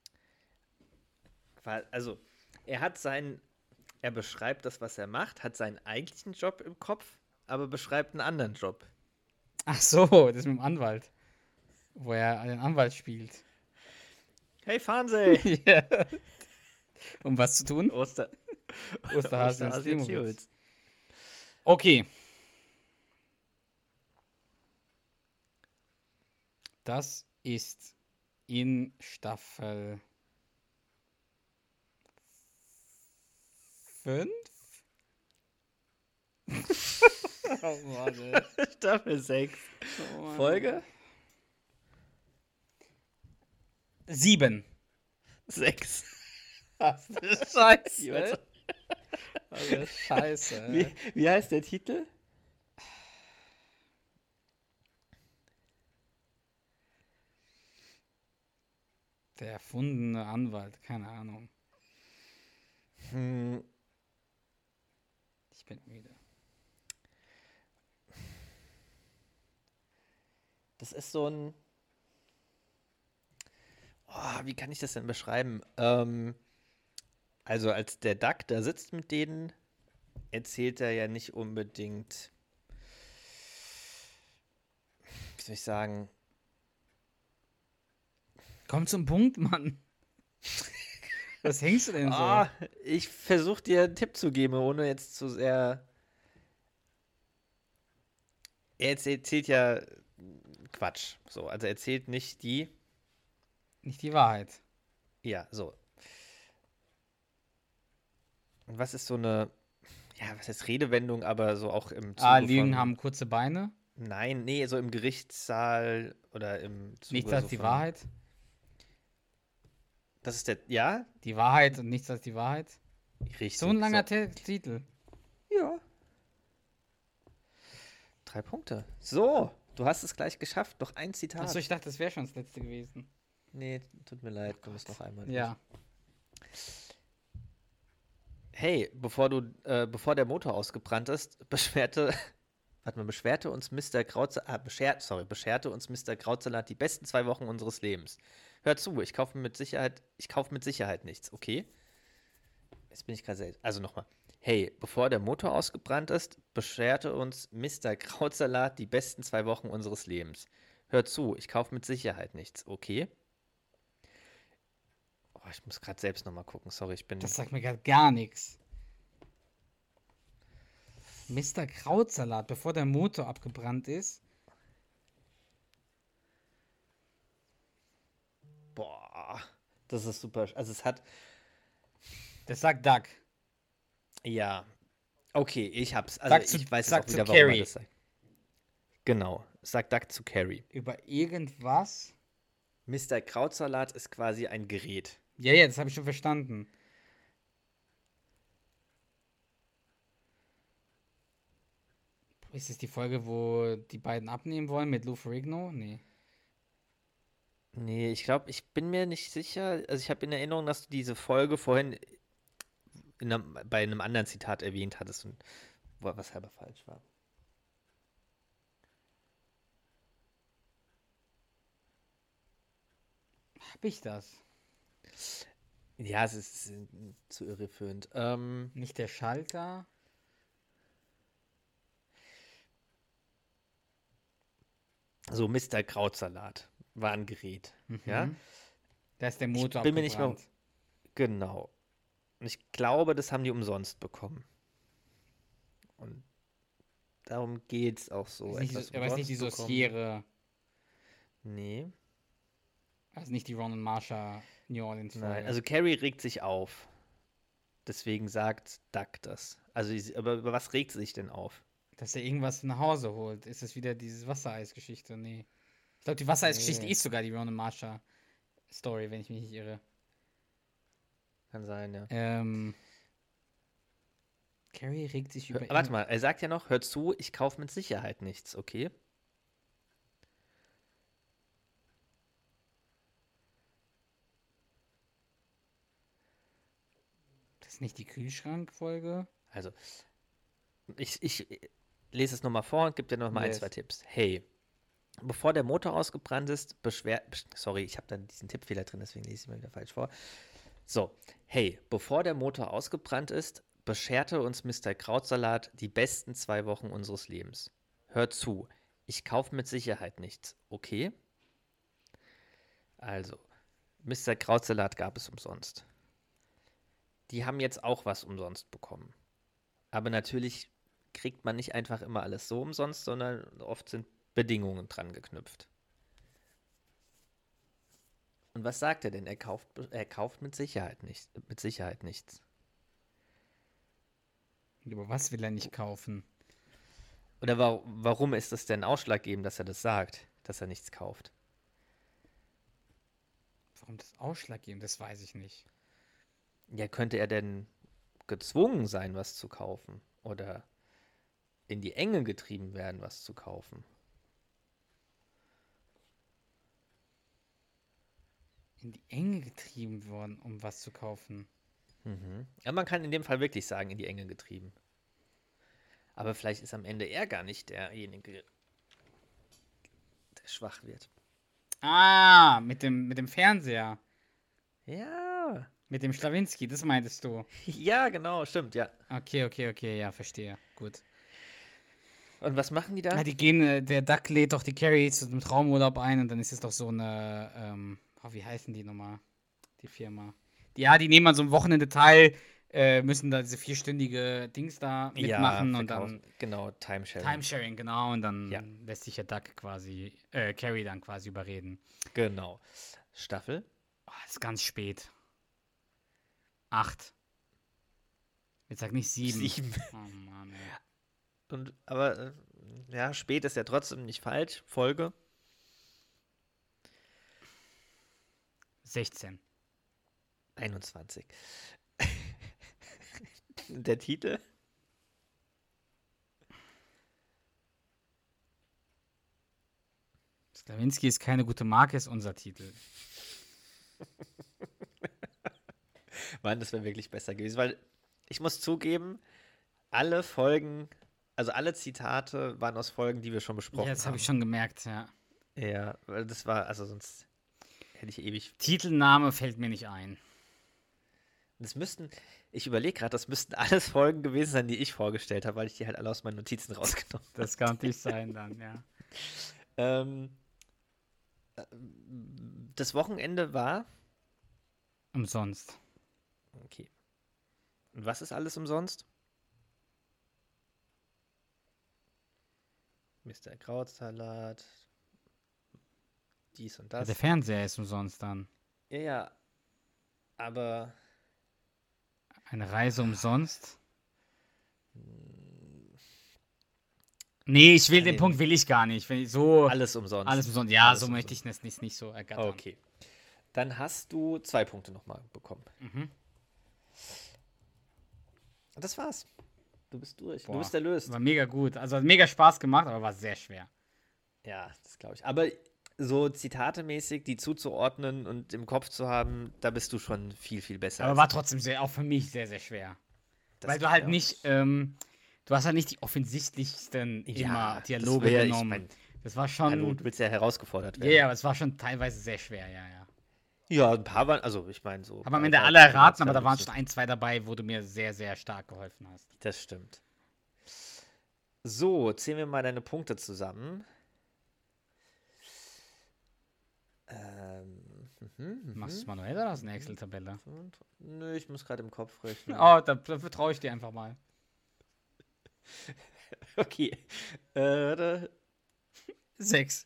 Weil, also, er hat seinen. Er beschreibt das, was er macht, hat seinen eigentlichen Job im Kopf, aber beschreibt einen anderen Job. Ach so, das mit dem Anwalt. Wo er einen Anwalt spielt. Hey, Fernseh! Ja. Um was zu tun? Oster. Osterhase und Osterhase und Slimowitz. Slimowitz. Okay. Das ist in Staffel fünf. Oh Mann, ey. Staffel sechs. Oh Mann. Folge Sieben. sechs. Scheiße. Jeweils- Also, scheiße. Wie, Ey. wie heißt der Titel? Der erfundene Anwalt, keine Ahnung. Hm, Ich bin müde. das ist so ein. Oh, wie kann ich das denn beschreiben? Ähm, also, als der Duck da sitzt mit denen, erzählt er ja nicht unbedingt. Wie soll ich sagen? Komm zum Punkt, Mann. Was hängst du denn so? Ah, ich versuche dir einen Tipp zu geben, ohne jetzt zu sehr. Er erzählt, erzählt ja Quatsch. So, also er erzählt nicht die. Nicht die Wahrheit. Ja, so. Und was ist so eine. Ja, was heißt Redewendung, aber so auch im Zuge Ah, Lügen von. haben kurze Beine. Nein, nee, so im Gerichtssaal oder im Zuge Nichts als so die von- Wahrheit. Das ist der. Ja, Die Wahrheit und nichts als die Wahrheit. richtig. So ein langer Te- Titel. Ja. Drei Punkte. So, du hast es gleich geschafft. Noch ein Zitat. Achso, ich dachte, das wäre schon das letzte gewesen. Nee, tut mir leid, du musst noch einmal. durch. Ja. Hey, bevor du, äh, bevor der Motor ausgebrannt ist, beschwerte, warte mal, beschwerte uns Mister Krautsalat, ah, beschert, sorry, bescherte uns Mister Krautsalat die besten zwei Wochen unseres Lebens. Hör zu, ich kaufe mit Sicherheit, ich kaufe mit Sicherheit nichts, okay? Jetzt bin ich gerade selbst. Also nochmal. Hey, bevor der Motor ausgebrannt ist, bescherte uns Mister Krautsalat die besten zwei Wochen unseres Lebens. Hör zu, ich kaufe mit Sicherheit nichts, okay? Oh, ich muss gerade selbst nochmal gucken, sorry, ich bin. Das sagt mir gerade gar nichts. Mister Krautsalat, bevor der Motor abgebrannt ist. Boah, das ist super. Also es hat. Das sagt Doug. Ja. Okay, ich hab's. Also Sag zu- ich weiß sag jetzt auch zu wieder, warum er Carrie. das sagt. Genau. Sagt Duck zu Carrie. Über irgendwas. Mister Krautsalat ist quasi ein Gerät. Ja, ja, das habe ich schon verstanden. Ist es die Folge, wo die beiden abnehmen wollen mit Lou Ferrigno? Nee. Nee, ich glaube, ich bin mir nicht sicher. Also ich habe in Erinnerung, dass du diese Folge vorhin in einem, bei einem anderen Zitat erwähnt hattest und wo- was halber falsch war. Hab ich das? Ja, es ist äh, zu irreführend. Ähm, Nicht der Schalter? so, Mister Krautsalat war ein Gerät. Ja? Mhm. Da ist der Motor bin mir nicht abgebrannt. Genau. Und ich glaube, das haben die umsonst bekommen. Und darum geht's auch so. Ist nicht, etwas aber ist nicht die umsonst bekommen. Sauciere. Nee. Also nicht die Ron und Marsha New Orleans Folge. Nein, also Carrie regt sich auf. Deswegen sagt Duck das. Also, sie- aber über was regt sie sich denn auf? Dass er irgendwas nach Hause holt. Ist das wieder diese Wassereisgeschichte? Nee. Ich glaube, die Wassereisgeschichte Nee. ist sogar die Ron und Marsha Story, wenn ich mich nicht irre. Kann sein, ja. Ähm. Carrie regt sich über. Hör, warte mal, er sagt ja noch, hör zu, ich kaufe mit Sicherheit nichts, okay? Das ist nicht die Kühlschrankfolge. Also, ich, ich lese es nochmal vor und gebe dir nochmal Yes. ein, zwei Tipps. Hey, bevor der Motor ausgebrannt ist, beschwer... besch- Sorry, ich habe da diesen Tippfehler drin, deswegen lese ich mal wieder falsch vor. So, hey, bevor der Motor ausgebrannt ist, bescherte uns Mister Krautsalat die besten zwei Wochen unseres Lebens. Hör zu, ich kaufe mit Sicherheit nichts, okay? Also, Mister Krautsalat gab es umsonst. Die haben jetzt auch was umsonst bekommen. Aber natürlich kriegt man nicht einfach immer alles so umsonst, sondern oft sind Bedingungen dran geknüpft. Und was sagt er denn? Er kauft, er kauft mit Sicherheit nicht, mit Sicherheit nichts. Aber was will er nicht kaufen? Oder wa warum ist es denn ausschlaggebend, dass er das sagt, dass er nichts kauft? Warum das ausschlaggebend, das weiß ich nicht. Ja, könnte er denn gezwungen sein, was zu kaufen? Oder in die Enge getrieben werden, was zu kaufen? In die Enge getrieben worden, um was zu kaufen. Mhm. Ja, man kann in dem Fall wirklich sagen, in die Enge getrieben. Aber vielleicht ist am Ende er gar nicht derjenige, der schwach wird. Ah, mit dem, mit dem Fernseher. Ja. Mit dem Schlawinski, das meintest du. Ja, genau, stimmt, ja. Okay, okay, okay, ja, verstehe. Gut. Und was machen die da? Ja, die gehen, äh, der Duck lädt doch die Carrie zu einem Traumurlaub ein und dann ist es doch so eine, ähm, oh, wie heißen die nochmal? Die Firma. Die, ja, die nehmen an so einem Wochenende teil, äh, müssen da diese vierstündige Dings da mitmachen und dann. Genau, Timesharing. Timesharing, genau, und dann Ja. lässt sich der Duck quasi, äh, Carrie dann quasi überreden. Genau. Staffel? Oh, das ist ganz spät. Acht. Jetzt sag nicht sieben. Sieben. Oh Mann, ey. Und, aber, äh, ja, spät ist ja trotzdem nicht falsch. Folge? sechzehn. einundzwanzig. Der Titel? Slawinski ist keine gute Marke, ist unser Titel. Mann, das wäre wirklich besser gewesen, weil ich muss zugeben, alle Folgen, also alle Zitate waren aus Folgen, die wir schon besprochen Ja, das habe haben. ich schon gemerkt, ja. Ja, weil das war, also sonst hätte ich ewig. Titelname fällt mir nicht ein. Das müssten, ich überlege gerade, das müssten alles Folgen gewesen sein, die ich vorgestellt habe, weil ich die halt alle aus meinen Notizen rausgenommen habe. Das kann nicht sein dann, ja. Ähm, äh, das Wochenende war. Umsonst. Okay. Und was ist alles umsonst? Mister Krautsalat. Dies und Ja, das. der Fernseher ist umsonst dann. Ja, ja. Aber. Eine Reise umsonst? Nee, ich will den Nee. Punkt will ich gar nicht. Wenn ich so Alles umsonst. alles umsonst. Ja, Alles so umsonst. möchte ich das nicht, nicht so ergattern. Okay. Dann hast du zwei Punkte nochmal bekommen. Mhm. Das war's. Du bist durch. Boah, Du bist erlöst. War mega gut. Also hat mega Spaß gemacht, aber war sehr schwer. Ja, das glaube ich. Aber so zitatemäßig die zuzuordnen und im Kopf zu haben, da bist du schon viel, viel besser. Aber als war trotzdem sehr, auch für mich sehr, sehr schwer. das Weil du halt ja. nicht, ähm, du hast halt nicht die offensichtlichsten Ja, immer das Dialoge wär- ich genommen. mein, das war schon. Hallo, du willst ja herausgefordert Ja, werden. ja, aber es war schon teilweise sehr schwer, ja, ja. Ja, ein paar waren, also ich meine so. Aber am bei- Ende bei- alle bei erraten, aber da zwei waren müssen- schon ein, zwei dabei, wo du mir sehr, sehr stark geholfen hast. Das stimmt. So, zählen wir mal deine Punkte zusammen. Ähm, mhm, mhm. Machst du es manuell oder hast du eine Excel-Tabelle? Nö, ich muss gerade im Kopf rechnen. Oh, da, da vertraue ich dir einfach mal. Okay. Äh, da, Sechs.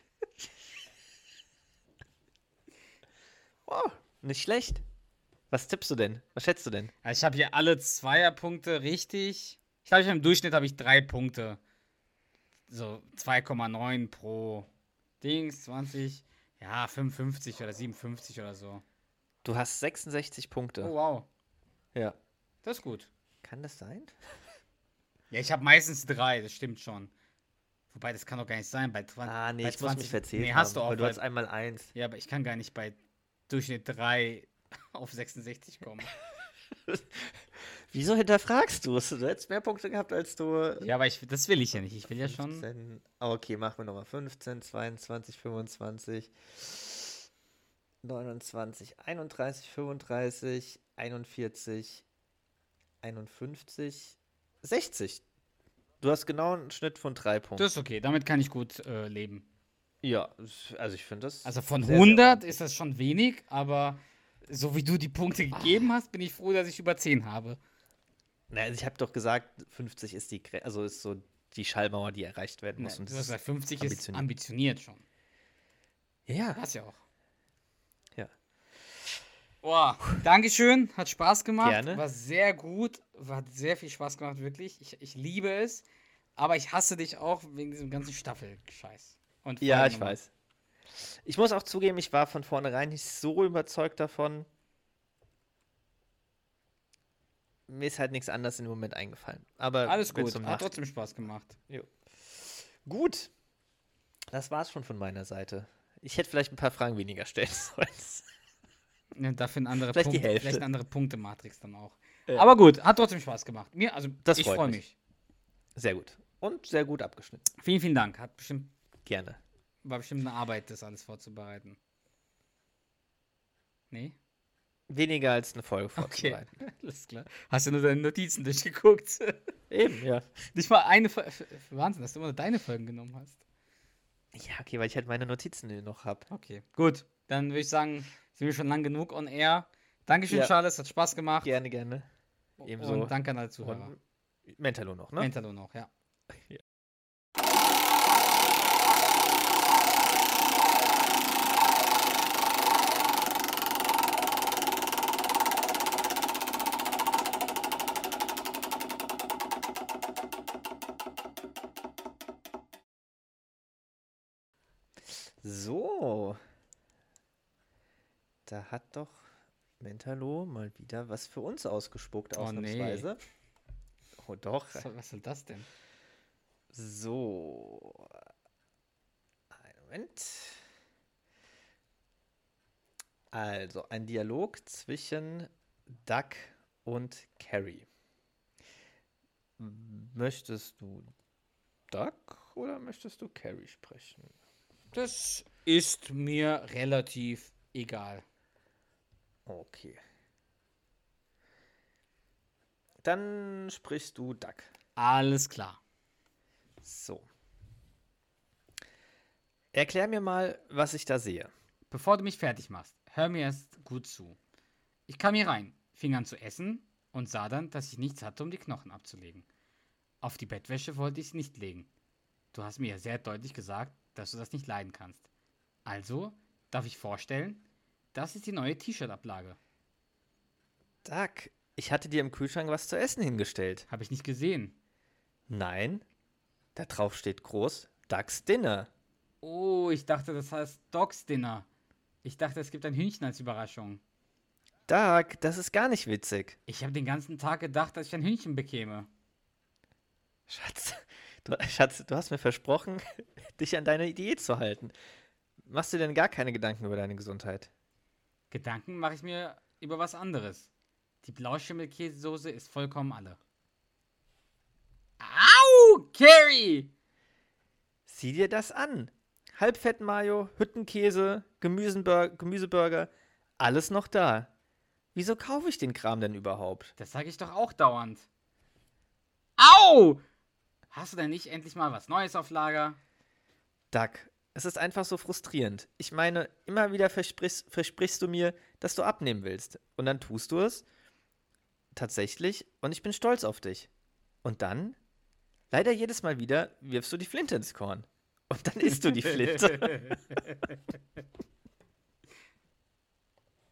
oh, nicht schlecht. Was tippst du denn? Was schätzt du denn? Also ich habe hier alle Zweierpunkte richtig. Ich glaube, ich hab im Durchschnitt habe ich drei Punkte. So zwei Komma neun pro Dings, zwanzig, ja, fünfundfünfzig oder siebenundfünfzig oder so. Du hast sechsundsechzig Punkte. Oh, wow. Ja. Das ist gut. Kann das sein? Ja, ich habe meistens drei, das stimmt schon. Wobei, das kann doch gar nicht sein. Bei zwanzig, Ah, nee, bei ich muss mich verzählt Nee, hast haben, du auch. weil du Bei, hast einmal eins. ja, aber ich kann gar nicht bei Durchschnitt drei auf sechsundsechzig kommen. Wieso hinterfragst du es? Du hättest mehr Punkte gehabt, als du. Ja, aber ich, das will ich ja nicht. Ich will ja schon. fünfzehn. Ah, okay, machen wir nochmal. fünfzehn, zweiundzwanzig, fünfundzwanzig, neunundzwanzig, einunddreißig, fünfunddreißig, einundvierzig, einundfünfzig, sechzig. Du hast genau einen Schnitt von drei Punkten. Das ist okay, damit kann ich gut äh, leben. Ja, also ich finde das. Also von sehr, sehr hundert ordentlich. ist das schon wenig, aber so wie du die Punkte gegeben hast, bin ich froh, dass ich über zehn habe. Na, also ich habe doch gesagt, fünfzig ist die Gre also ist so die Schallmauer, die erreicht werden muss. Ne, und du das hast gesagt, fünfzig ist ambitioniert. ambitioniert schon. Ja, Hast ja auch. ja. Boah, Dankeschön, hat Spaß gemacht. Gerne. War sehr gut, hat sehr viel Spaß gemacht, wirklich. Ich, ich liebe es. Aber ich hasse dich auch wegen diesem ganzen Staffel-Scheiß. Und Ja, ich Folgennummer. weiß. Ich muss auch zugeben, ich war von vornherein nicht so überzeugt davon. Mir ist halt nichts anderes in dem Moment eingefallen. Aber Alles wenn gut, zum hat Nach- trotzdem Spaß gemacht. Gut. Das war's schon von meiner Seite. Ich hätte vielleicht ein paar Fragen weniger stellen sollen. Ja, dafür eine andere, Vielleicht die Punkt, Hälfte. vielleicht eine andere Punktematrix dann auch. Ja. Aber gut, hat trotzdem Spaß gemacht. Mir, also Das ich freut freue mich. mich. Sehr gut. Und sehr gut abgeschnitten. Vielen, vielen Dank. Hat bestimmt, Gerne. war bestimmt eine Arbeit, das alles vorzubereiten. Nee? Weniger als eine Folge Okay, vorzubereiten. alles klar. Hast du nur deine Notizen durchgeguckt? Eben, ja. Nicht mal eine Folge. Wahnsinn, dass du immer nur deine Folgen genommen hast. Ja, okay, weil ich halt meine Notizen noch habe. Okay, gut. Dann würde ich sagen, sind wir schon lang genug on air. Dankeschön, Ja. Charles, hat Spaß gemacht. Gerne, gerne. Ebenso. Und danke an alle Zuhörer. Und Mentalo noch, ne? Mentalo noch, ja. Ja. So. Da hat doch Mentalo mal wieder was für uns ausgespuckt, Oh, nee. ausnahmsweise. Oh doch. Was soll, was soll das denn? So. Einen Moment. Also, ein Dialog zwischen Duck und Carrie. Möchtest du Duck oder möchtest du Carrie sprechen? Das ist mir relativ egal. Okay. Dann sprichst du Duck. Alles klar. So. Erklär mir mal, was ich da sehe. Bevor du mich fertig machst, hör mir erst gut zu. Ich kam hier rein, fing an zu essen und sah dann, dass ich nichts hatte, um die Knochen abzulegen. Auf die Bettwäsche wollte ich sie nicht legen. Du hast mir ja sehr deutlich gesagt, dass du das nicht leiden kannst. Also darf ich vorstellen, das ist die neue T-Shirt-Ablage. Duck, ich hatte dir im Kühlschrank was zu essen hingestellt. Habe ich nicht gesehen. Nein, da drauf steht groß Ducks Dinner. Oh, ich dachte, das heißt Dogs Dinner. Ich dachte, es gibt ein Hühnchen als Überraschung. Duck, das ist gar nicht witzig. Ich habe den ganzen Tag gedacht, dass ich ein Hühnchen bekäme. Schatz, du, Schatz, du hast mir versprochen, dich an deine Diät zu halten. Machst du denn gar keine Gedanken über deine Gesundheit? Gedanken mache ich mir über was anderes. Die Blauschimmelkäsesoße ist vollkommen alle. Au, Carrie! Sieh dir das an. Halbfett-Mayo, Hüttenkäse, Gemüsenbur- Gemüseburger, alles noch da. Wieso kaufe ich den Kram denn überhaupt? Das sage ich doch auch dauernd. Au! Hast du denn nicht endlich mal was Neues auf Lager? Duck, es ist einfach so frustrierend. Ich meine, immer wieder versprichst, versprichst du mir, dass du abnehmen willst. Und dann tust du es. Tatsächlich. Und ich bin stolz auf dich. Und dann, leider jedes Mal wieder, wirfst du die Flinte ins Korn. Und dann isst du die Flinte.